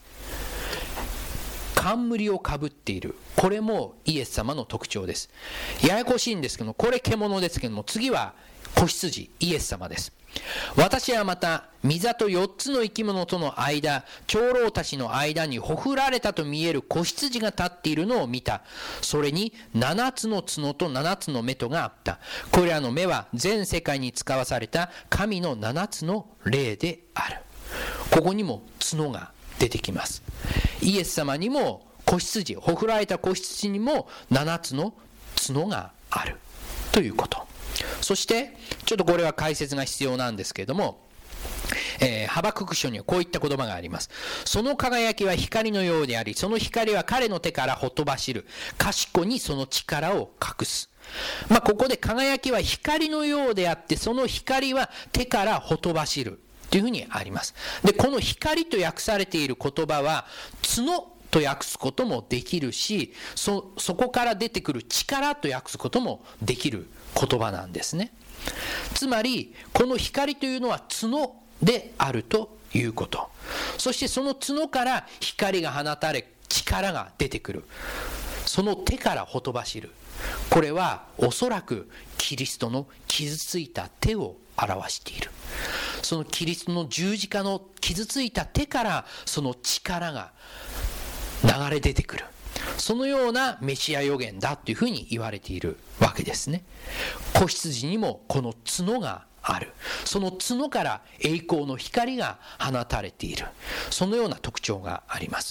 冠をかぶっている、これもイエス様の特徴です。ややこしいんですけども、これ獣ですけども、次は子羊イエス様です。私はまた御座と4つの生き物との間、長老たちの間にほふられたと見える子羊が立っているのを見た。それに7つの角と7つの目とがあった。これらの目は全世界に使わされた神の7つの霊である。ここにも角が出てきます。イエス様にも子羊、ほふられた子羊にも7つの角があるということ。そしてちょっとこれは解説が必要なんですけれども、 ハバクク書にはこういった言葉があります。その輝きは光のようであり、その光は彼の手からほとばしる。賢にその力を隠す。ここで輝きは光のようであって、その光は手からほとばしるというふうにあります。で、この光と訳されている言葉は角と訳すこともできるし、そこから出てくる力と訳すこともできる言葉なんですね。つまりこの光というのは角であるということ。そしてその角から光が放たれ、力が出てくる。その手からほとばしる。これはおそらくキリストの傷ついた手を表している。そのキリストの十字架の傷ついた手からその力が流れ出てくる。そのようなメシア予言だというふうに言われているわけですね。子羊にもこの角がある。その角から栄光の光が放たれている。そのような特徴があります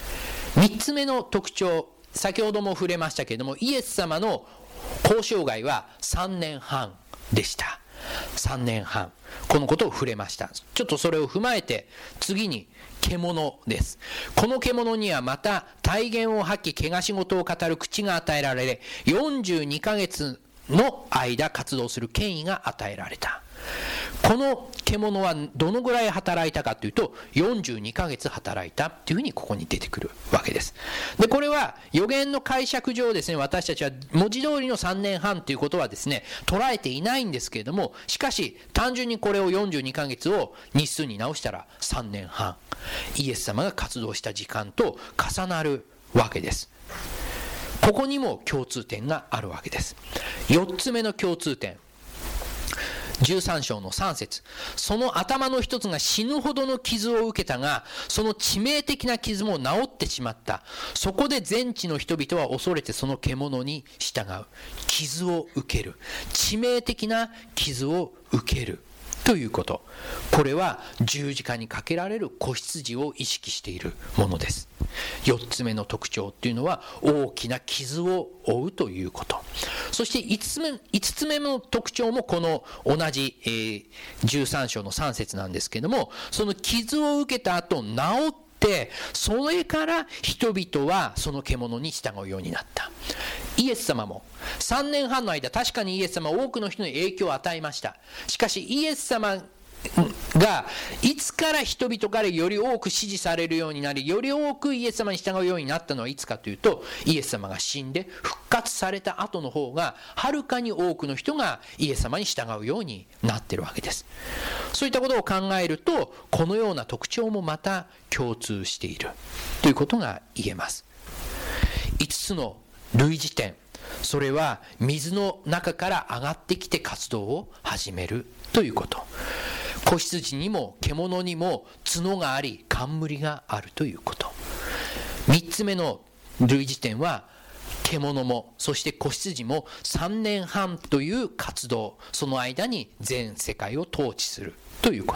。3つ目の特徴、先ほども触れましたけれども、イエス様の交渉外は3年半でした。3年半。このことを触れました。ちょっとそれを踏まえて、次に獣です。この獣にはまた体言を吐き、汚し事を語る口が与えられ、42ヶ月の間活動する権威が与えられた。この獣はどのぐらい働いたかというと、42ヶ月働いたというふうにここに出てくるわけです。で、これは予言の解釈上ですね、私たちは文字通りの3年半ということはですね、捉えていないんですけれども、しかし単純にこれを42ヶ月を日数に直したら3年半、イエス様が活動した時間と重なるわけです。ここにも共通点があるわけです。4つ目の共通点、13章の3節、その頭の一つが死ぬほどの傷を受けたが、その致命的な傷も治ってしまった。そこで全地の人々は恐れてその獣に従う。傷を受ける。致命的な傷を受ける。ということ。これは十字架にかけられる子羊を意識しているものです。4つ目の特徴というのは大きな傷を負うということ。そして5つ目の特徴もこの同じ、13章の3節なんですけども、その傷を受けた後治ってそれから人々はその獣に従うようになった。イエス様も3年半の間、確かにイエス様は多くの人に影響を与えました。しかしイエス様がいつから人々からより多く支持されるようになり、より多くイエス様に従うようになったのはいつかというと、イエス様が死んで復活された後の方がはるかに多くの人がイエス様に従うようになっているわけです。そういったことを考えると、このような特徴もまた共通しているということが言えます。5つの類似点、それは水の中から上がってきて活動を始めるということ。子羊にも獣にも角があり冠があるということ。3つ目の類似点は、獣もそして子羊も3年半という活動、その間に全世界を統治するということ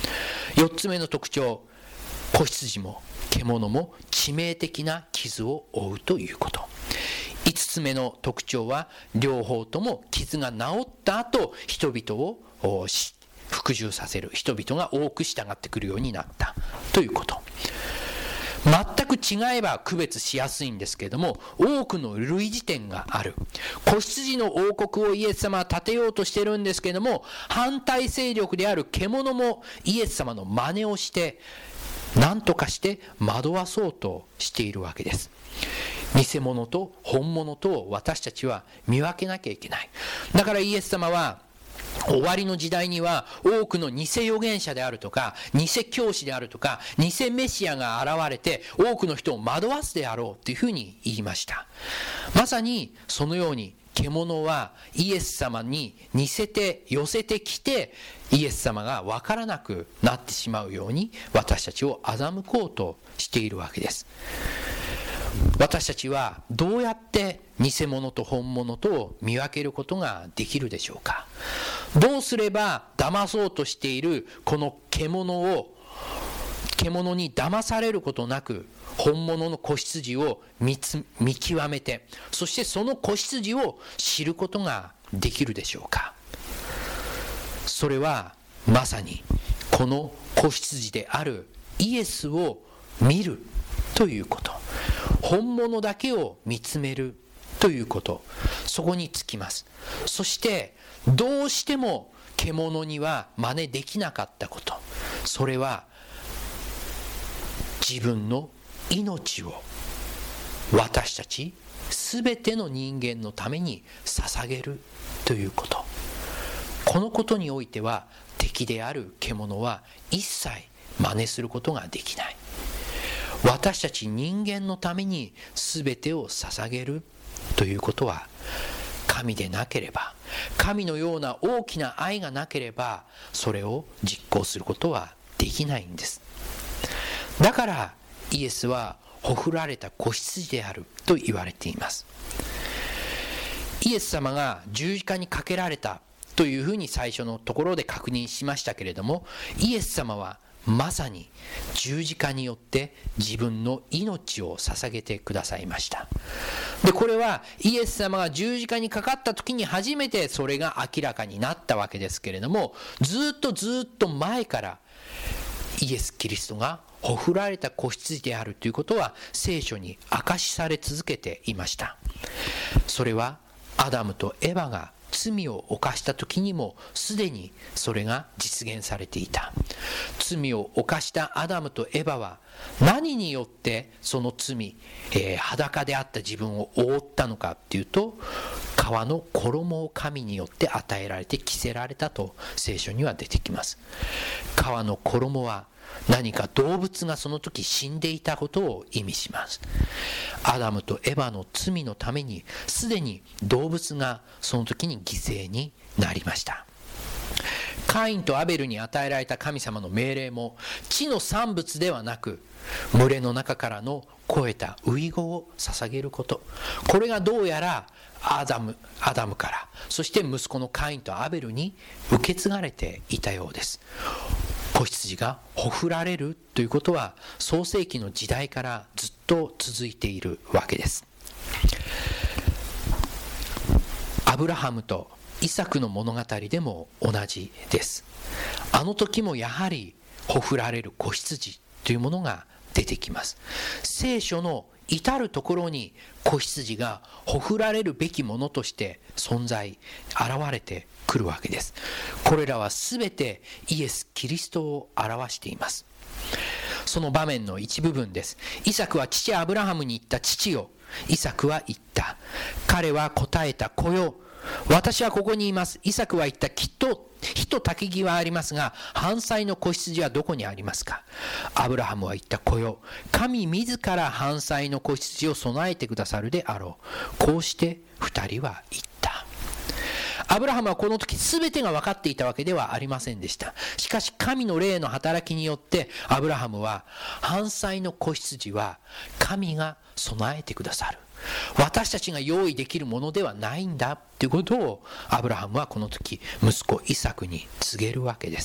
。4つ目の特徴、子羊も獣も致命的な傷を負うということ。5つ目の特徴は、両方とも傷が治った後人々を服従させる、人々が多く従ってくるようになったということ。全く違えば区別しやすいんですけれども、多くの類似点がある。子羊の王国をイエス様は建てようとしているんですけれども、反対勢力である獣もイエス様の真似をして何とかして惑わそうとしているわけです。偽物と本物とを私たちは見分けなきゃいけない。だからイエス様は終わりの時代には多くの偽預言者であるとか偽教師であるとか偽メシアが現れて多くの人を惑わすであろうというふうに言いました。まさにそのように獣はイエス様に似せて寄せてきて、イエス様が分からなくなってしまうように私たちを欺こうとしているわけです。私たちはどうやって偽物と本物とを見分けることができるでしょうか。どうすれば騙そうとしているこの獣に騙されることなく本物の子羊を見極めて、そしてその子羊を知ることができるでしょうか。それはまさにここの子羊であるイエスを見るということ、本物だけを見つめるということ、そこにつきます。そしてどうしても獣には真似できなかったこと、それは自分の命を私たちすべての人間のために捧げるということ。このことにおいては敵である獣は一切真似することができない。私たち人間のためにすべてを捧げるということは、神でなければ、神のような大きな愛がなければそれを実行することはできないんです。だからイエスはほふられた子羊であると言われています。イエス様が十字架にかけられたというふうに最初のところで確認しましたけれども、イエス様はまさに十字架によって自分の命を捧げてくださいました。で、これはイエス様が十字架にかかった時に初めてそれが明らかになったわけですけれども、ずっと前からイエス・キリストがほふられた子羊であるということは聖書に明かしされ続けていました。それはアダムとエバが罪を犯した時にもすでにそれが実現されていた。罪を犯したアダムとエバは何によってその罪、裸であった自分を覆ったのかっていうと、皮の衣を神によって与えられて着せられたと聖書には出てきます。皮の衣は何か動物がその時死んでいたことを意味します。アダムとエバの罪のためにすでに動物がその時に犠牲になりました。カインとアベルに与えられた神様の命令も地の産物ではなく、群れの中からの肥えた初子を捧げること、これがどうやらアダムから、そして息子のカインとアベルに受け継がれていたようです。子羊がほふられるということは創世記の時代からずっと続いているわけです。アブラハムとイサクの物語でも同じです。あの時もやはりほふられる子羊というものが出てきます。聖書の至るところに子羊がほふられるべきものとして現れてくるわけです。これらはすべてイエス・キリストを表しています。その場面の一部分です。イサクは父アブラハムに言った。父よ。イサクは言った。彼は答えた。子よ。私はここにいます。イサクは言った。きっと火と焚き木はありますが、燔祭の子羊はどこにありますか。アブラハムは言った。子よ。神自ら燔祭の子羊を備えてくださるであろう。こうして二人は言った。アブラハムはこの時全てが分かっていたわけではありませんでした。しかし神の霊の働きによってアブラハムは、燔祭の子羊は神が備えてくださる、私たちが用意できるものではないんだということをアブラハムはこの時息子イサクに告げるわけです。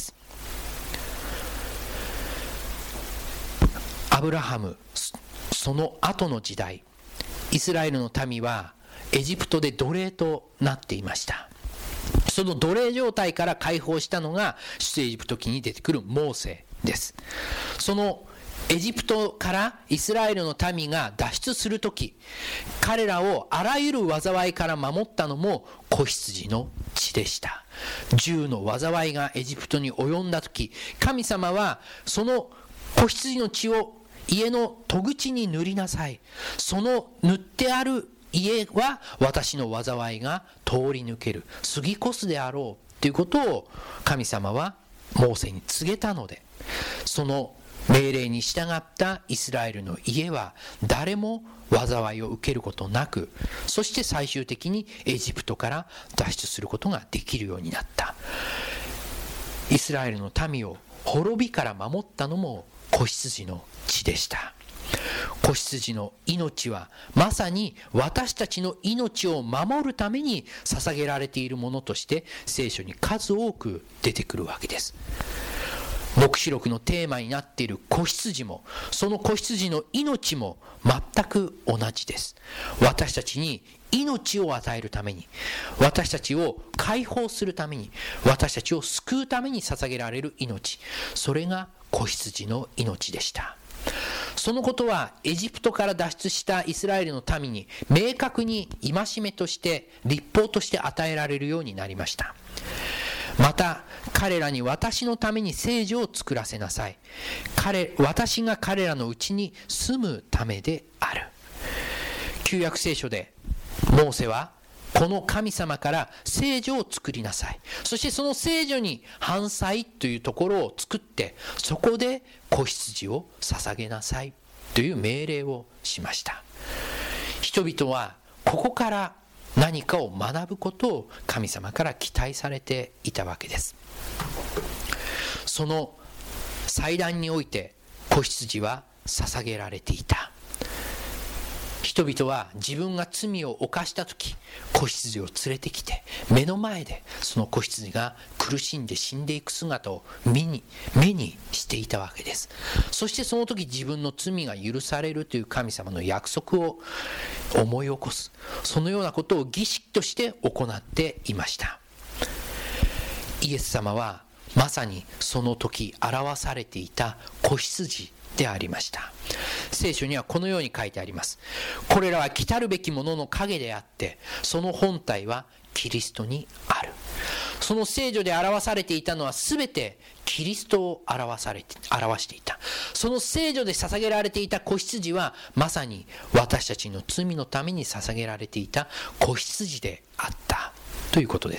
アブラハム、その後の時代、イスラエルの民はエジプトで奴隷となっていました。その奴隷状態から解放したのが出エジプト記に出てくるモーセです。そのエジプトからイスラエルの民が脱出するとき、彼らをあらゆる災いから守ったのも子羊の血でした。10の災いがエジプトに及んだとき、神様はその子羊の血を家の戸口に塗りなさい。その塗ってある家は私の災いが通り抜ける、過ぎ越すであろうということを神様はモーセに告げたので、その命令に従ったイスラエルの家は誰も災いを受けることなく、そして最終的にエジプトから脱出することができるようになった。イスラエルの民を滅びから守ったのも子羊の血でした。子羊の命はまさに私たちの命を守るために捧げられているものとして聖書に数多く出てくるわけです。黙示録のテーマになっている子羊も、その子羊の命も全く同じです。私たちに命を与えるために、私たちを解放するために、私たちを救うために捧げられる命、それが子羊の命でした。そのことはエジプトから脱出したイスラエルの民に明確に戒めとして律法として与えられるようになりました。また彼らに私のために聖所を作らせなさい。私が彼らのうちに住むためである。旧約聖書でモーセはこの神様から聖所を作りなさい、そしてその聖所に燔祭というところを作って、そこで子羊を捧げなさいという命令をしました。人々はここから何かを学ぶことを神様から期待されていたわけです。その祭壇において子羊は捧げられていた。人々は自分が罪を犯したとき、子羊を連れてきて、目の前でその子羊が苦しんで死んでいく姿を目にしていたわけです。そしてその時自分の罪が許されるという神様の約束を思い起こす、そのようなことを儀式として行っていました。イエス様はまさにその時表されていた子羊でありました。聖書にはこのように書いてあります。これらは来たるべきものの影であって、その本体はキリストにある。その聖女で表されていたのはすべてキリストを表していた。その聖女で捧げられていた子羊はまさに私たちの罪のために捧げられていた子羊であったということです。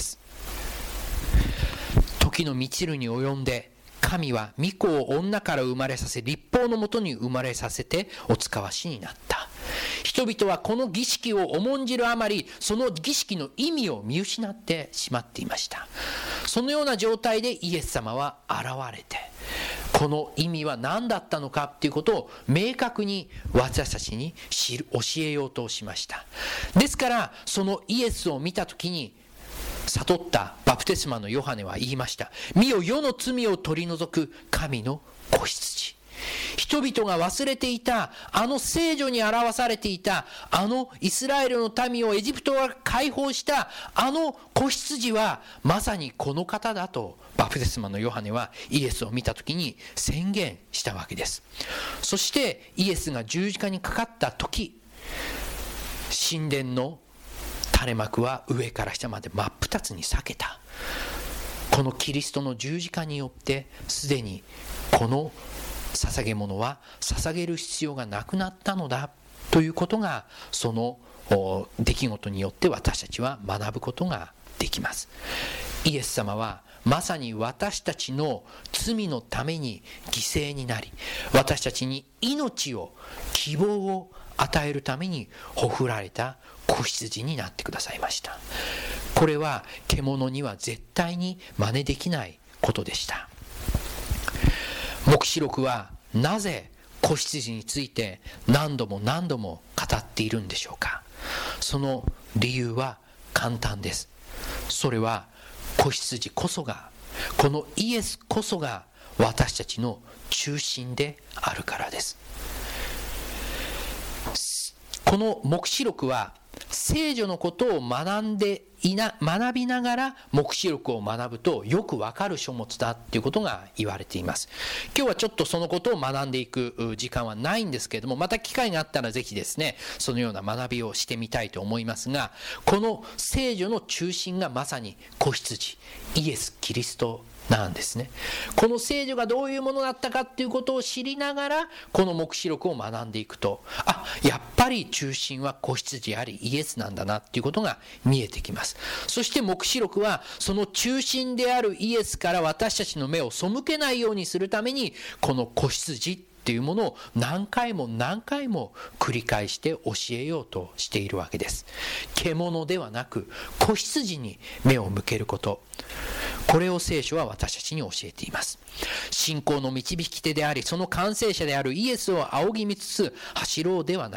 時の満ちるに及んで、神は御子を女から生まれさせ、律法のもとに生まれさせてお使わしになった。人々はこの儀式を重んじるあまり、その儀式の意味を見失ってしまっていました。そのような状態でイエス様は現れて、この意味は何だったのかということを明確に私たちに教えようとしました。ですからそのイエスを見たときに、悟ったバプテスマのヨハネは言いました。見よ、世の罪を取り除く神の子羊。人々が忘れていたあの聖女に表されていたあのイスラエルの民をエジプトから解放したあの子羊はまさにこの方だとバプテスマのヨハネはイエスを見たときに宣言したわけです。そしてイエスが十字架にかかった時、神殿の垂れ幕は上から下まで真っ二つに裂けた。このキリストの十字架によってすでにこの捧げ物は捧げる必要がなくなったのだということが、その出来事によって私たちは学ぶことができます。イエス様はまさに私たちの罪のために犠牲になり、私たちに命を、希望を与えるためにほふられた子羊になってくださいました。これは獣には絶対に真似できないことでした。黙示録はなぜ子羊について何度も何度も語っているんでしょうか。その理由は簡単です。それは子羊こそが、このイエスこそが私たちの中心であるからです。この黙示録は聖女のことを学びながら黙示録を学ぶとよくわかる書物だということが言われています。今日はちょっとそのことを学んでいく時間はないんですけれども、また機会があったらぜひですね、そのような学びをしてみたいと思いますが、この聖女の中心がまさに子羊、イエス・キリストなんですね。この聖女がどういうものだったかっていうことを知りながらこの黙示録を学んでいくと、やっぱり中心は子羊でありイエスなんだなっていうことが見えてきます。そして黙示録はその中心であるイエスから私たちの目を背けないようにするために、この子羊っていうものを何回も何回も繰り返して教えようとしているわけです。獣ではなく子羊に目を向けること、これを聖書は私たちに教えています。信仰の導き手であり、その完成者であるイエスを仰ぎ見つつ走ろうではないか。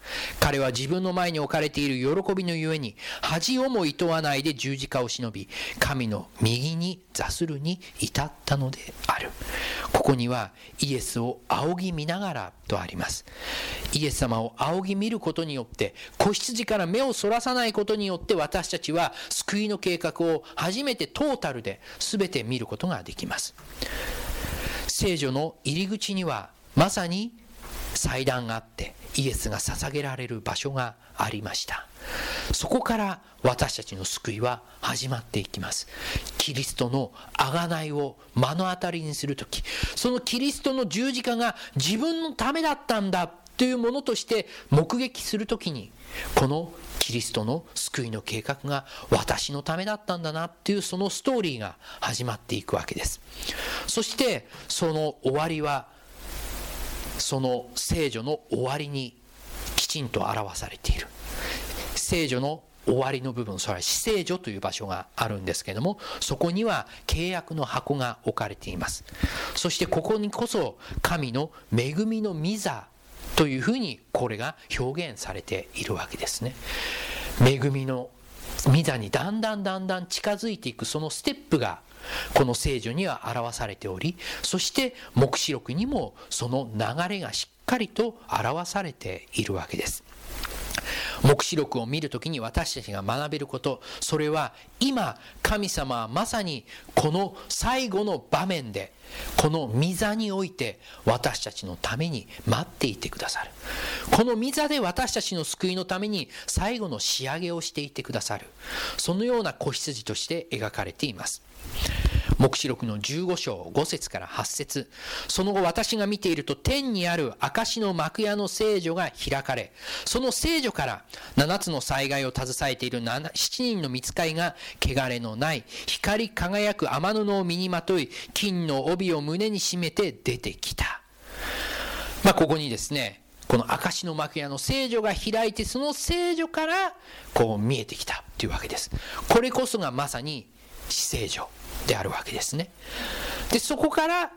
彼は自分の前に置かれている喜びのゆえに恥をも厭わないで十字架を忍び、神の右に座するに至ったのである。ここにはイエスを仰ぎ見ながらとあります。イエス様を仰ぎ見ることによって、子羊から目をそらさないことによって、私たちは救いの計画を初めてトータルで全て見ることができます。聖女の入り口にはまさに祭壇があって、イエスが捧げられる場所がありました。そこから私たちの救いは始まっていきます。キリストの贖いを目の当たりにするとき、そのキリストの十字架が自分のためだったんだというものとして目撃するときに、このキリストの救いの計画が私のためだったんだなという、そのストーリーが始まっていくわけです。そしてその終わりは、その聖女の終わりにきちんと表されている。聖女の終わりの部分、それは至聖所という場所があるんですけれども、そこには契約の箱が置かれています。そしてここにこそ神の恵みの御座というふうにこれが表現されているわけですね。恵みの御座にだんだん近づいていく、そのステップがこの聖女には表されており、そして黙示録にもその流れがしっかりと表されているわけです。黙示録を見るときに私たちが学べること、それは今神様はまさにこの最後の場面で、この御座において私たちのために待っていてくださる。この御座で私たちの救いのために最後の仕上げをしていてくださる、そのような子羊として描かれています。黙示録の15章5節から8節、その後私が見ていると、天にある証の幕屋の聖女が開かれ、その聖女から7つの災害を携えている7人の御使いが、汚れのない光り輝く雨布を身にまとい、金の帯を胸に締めて出てきた。ここにですね、この証の幕屋の聖女が開いて、その聖女からこう見えてきたというわけです。これこそがまさに至聖所であるわけですね。でそこから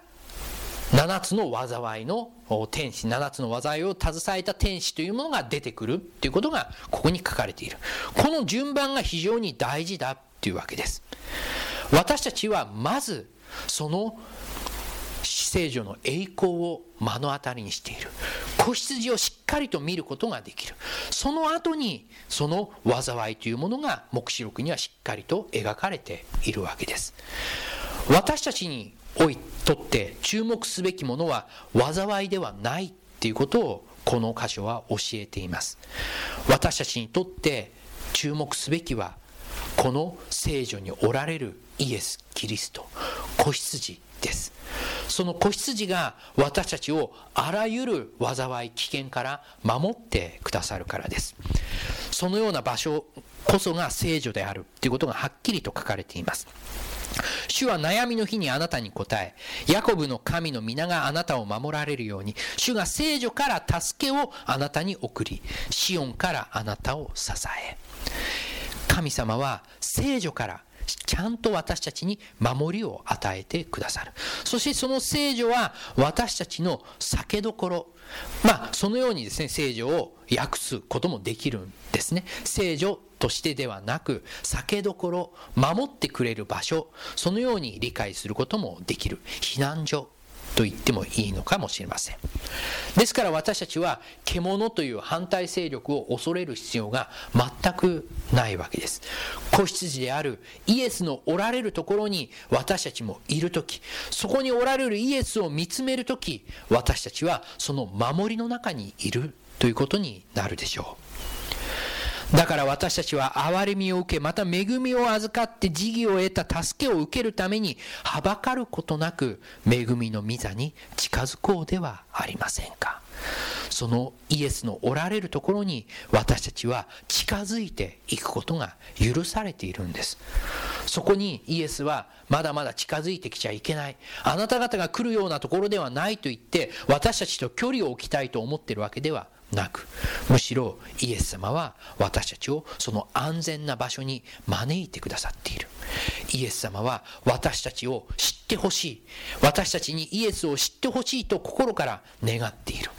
7つの災いの天使、7つの災いを携えた天使というものが出てくるということがここに書かれている。この順番が非常に大事だというわけです。私たちはまずその聖女の栄光を目の当たりにしている。子羊をしっかりと見ることができる。その後にその災いというものが黙示録にはしっかりと描かれているわけです。私たちにとって注目すべきものは災いではないということをこの箇所は教えています。私たちにとって注目すべきは、この聖女におられるイエス・キリスト、子羊です。その子羊が私たちをあらゆる災い、危険から守ってくださるからです。そのような場所こそが聖女であるということがはっきりと書かれています。主は悩みの日にあなたに答え、ヤコブの神の皆があなたを守られるように、主が聖女から助けをあなたに送り、シオンからあなたを支え。神様は聖女からちゃんと私たちに守りを与えてくださる。そしてその聖女は私たちの酒どころ、そのようにですね、聖女を訳すこともできるんですね。聖女としてではなく、酒どころ、守ってくれる場所、そのように理解することもできる。避難所と言ってもいいのかもしれません。ですから私たちは獣という反対勢力を恐れる必要が全くないわけです。子羊であるイエスのおられるところに私たちもいるとき、そこにおられるイエスを見つめるとき、私たちはその守りの中にいるということになるでしょう。だから私たちは憐れみを受け、また恵みを預かって慈義を得た助けを受けるために、はばかることなく恵みの御座に近づこうではありませんか。そのイエスのおられるところに私たちは近づいていくことが許されているんです。そこにイエスはまだまだ近づいてきちゃいけない、あなた方が来るようなところではないと言って私たちと距離を置きたいと思っているわけではなく、むしろイエス様は私たちをその安全な場所に招いてくださっている。イエス様は私たちを知ってほしい、私たちにイエスを知ってほしいと心から願っている。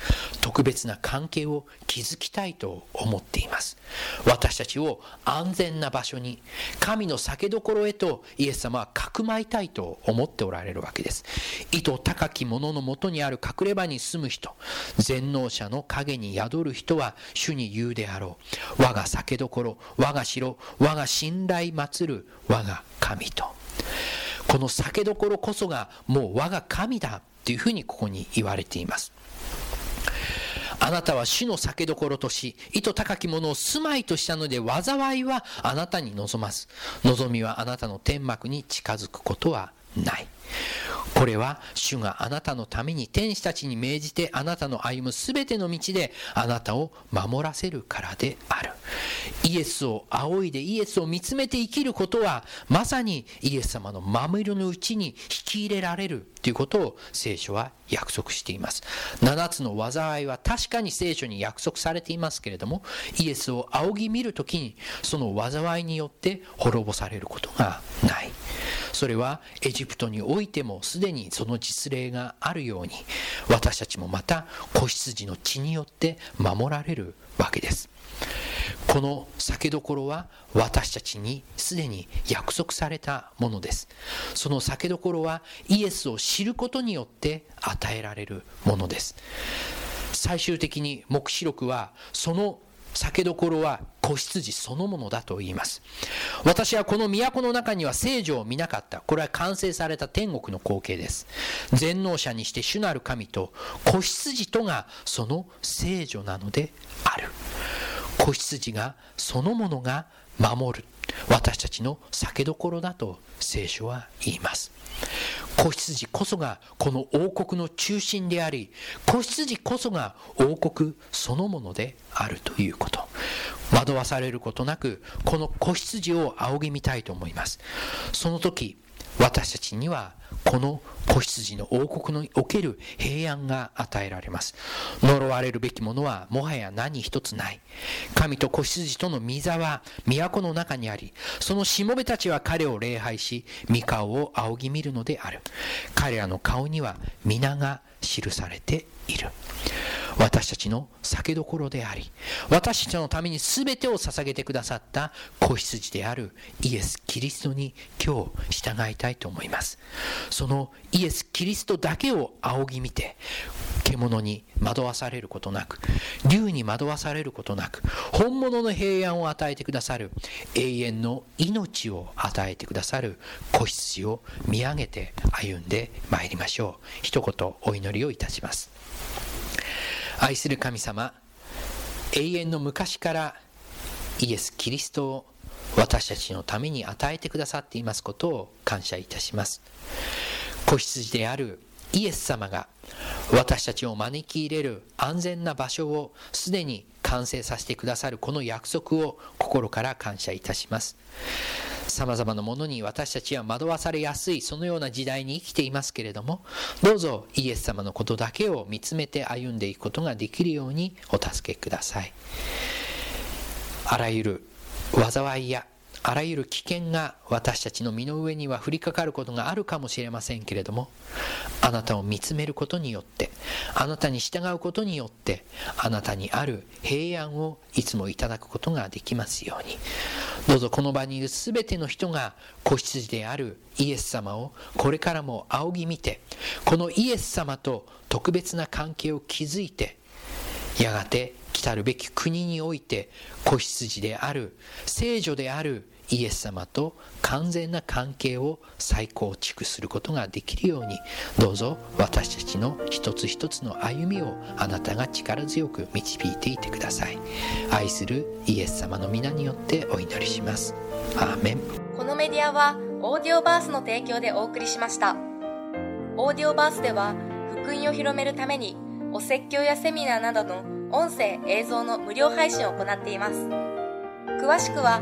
特別な関係を築きたいと思っています。私たちを安全な場所に、神の酒どころへとイエス様はかくまいたいと思っておられるわけです。意図高き者のもとにある隠れ場に住む人、全能者の陰に宿る人は主に言うであろう。我が酒どころ、我が城、我が信頼祀る我が神と。この酒どころこそがもう我が神だというふうにここに言われています。あなたは主の酒どころとし、意図高き者を住まいとしたので、災いはあなたに望まず、望みはあなたの天幕に近づくことはない。これは主があなたのために天使たちに命じてあなたの歩むすべての道であなたを守らせるからである。イエスを仰いでイエスを見つめて生きることは、まさにイエス様の守りのうちに引き入れられるということを聖書は約束しています。7つの災いは確かに聖書に約束されていますけれども、イエスを仰ぎ見るときにその災いによって滅ぼされることがない。それはエジプトにおいてもすでにその実例があるように、私たちもまた子羊の血によって守られるわけです。この酒どころは私たちにすでに約束されたものです。その酒どころはイエスを知ることによって与えられるものです。最終的に黙示録はその酒どころは子羊そのものだと言います。私はこの都の中には聖女を見なかった。これは完成された天国の光景です。全能者にして主なる神と子羊とがその聖女なのである。子羊がそのものが守る私たちの酒どころだと聖書は言います。子羊こそがこの王国の中心であり、子羊こそが王国そのものであるということ。惑わされることなくこの子羊を仰ぎ見たいと思います。その時私たちにはこの子羊の王国における平安が与えられます。呪われるべきものはもはや何一つない。神と子羊との御座は都の中にあり、そのしもべたちは彼を礼拝し、御顔を仰ぎ見るのである。彼らの顔には皆が記されている。私たちの酒どころであり、私たちのために全てを捧げてくださった子羊であるイエス・キリストに今日従いたいと思います。そのイエス・キリストだけを仰ぎ見て、獣に惑わされることなく、竜に惑わされることなく、本物の平安を与えてくださる、永遠の命を与えてくださる子羊を見上げて歩んでまいりましょう。一言お祈りをいたします。愛する神様、永遠の昔からイエス・キリストを私たちのために与えてくださっていますことを感謝いたします。子羊であるイエス様が私たちを招き入れる安全な場所をすでに完成させてくださるこの約束を心から感謝いたします。さまざまなものに私たちは惑わされやすいそのような時代に生きていますけれども、どうぞイエス様のことだけを見つめて歩んでいくことができるようにお助けください。あらゆる災いやあらゆる危険が私たちの身の上には降りかかることがあるかもしれませんけれども、あなたを見つめることによって、あなたに従うことによって、あなたにある平安をいつもいただくことができますように。どうぞこの場にいるすべての人が子羊であるイエス様をこれからも仰ぎ見て、このイエス様と特別な関係を築いて、やがて来たるべき国において子羊である聖女であるイエス様と完全な関係を再構築することができるように、どうぞ私たちの一つ一つの歩みをあなたが力強く導いていてください。愛するイエス様の皆によってお祈りします。アーメン。 このメディアはオーディオバースの提供でお送りしました。オーディオバースでは福音を広めるためにお説教やセミナーなどの音声映像の無料配信を行っています。詳しくは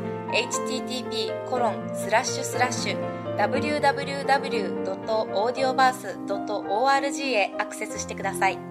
http://www.audioverse.org へアクセスしてください。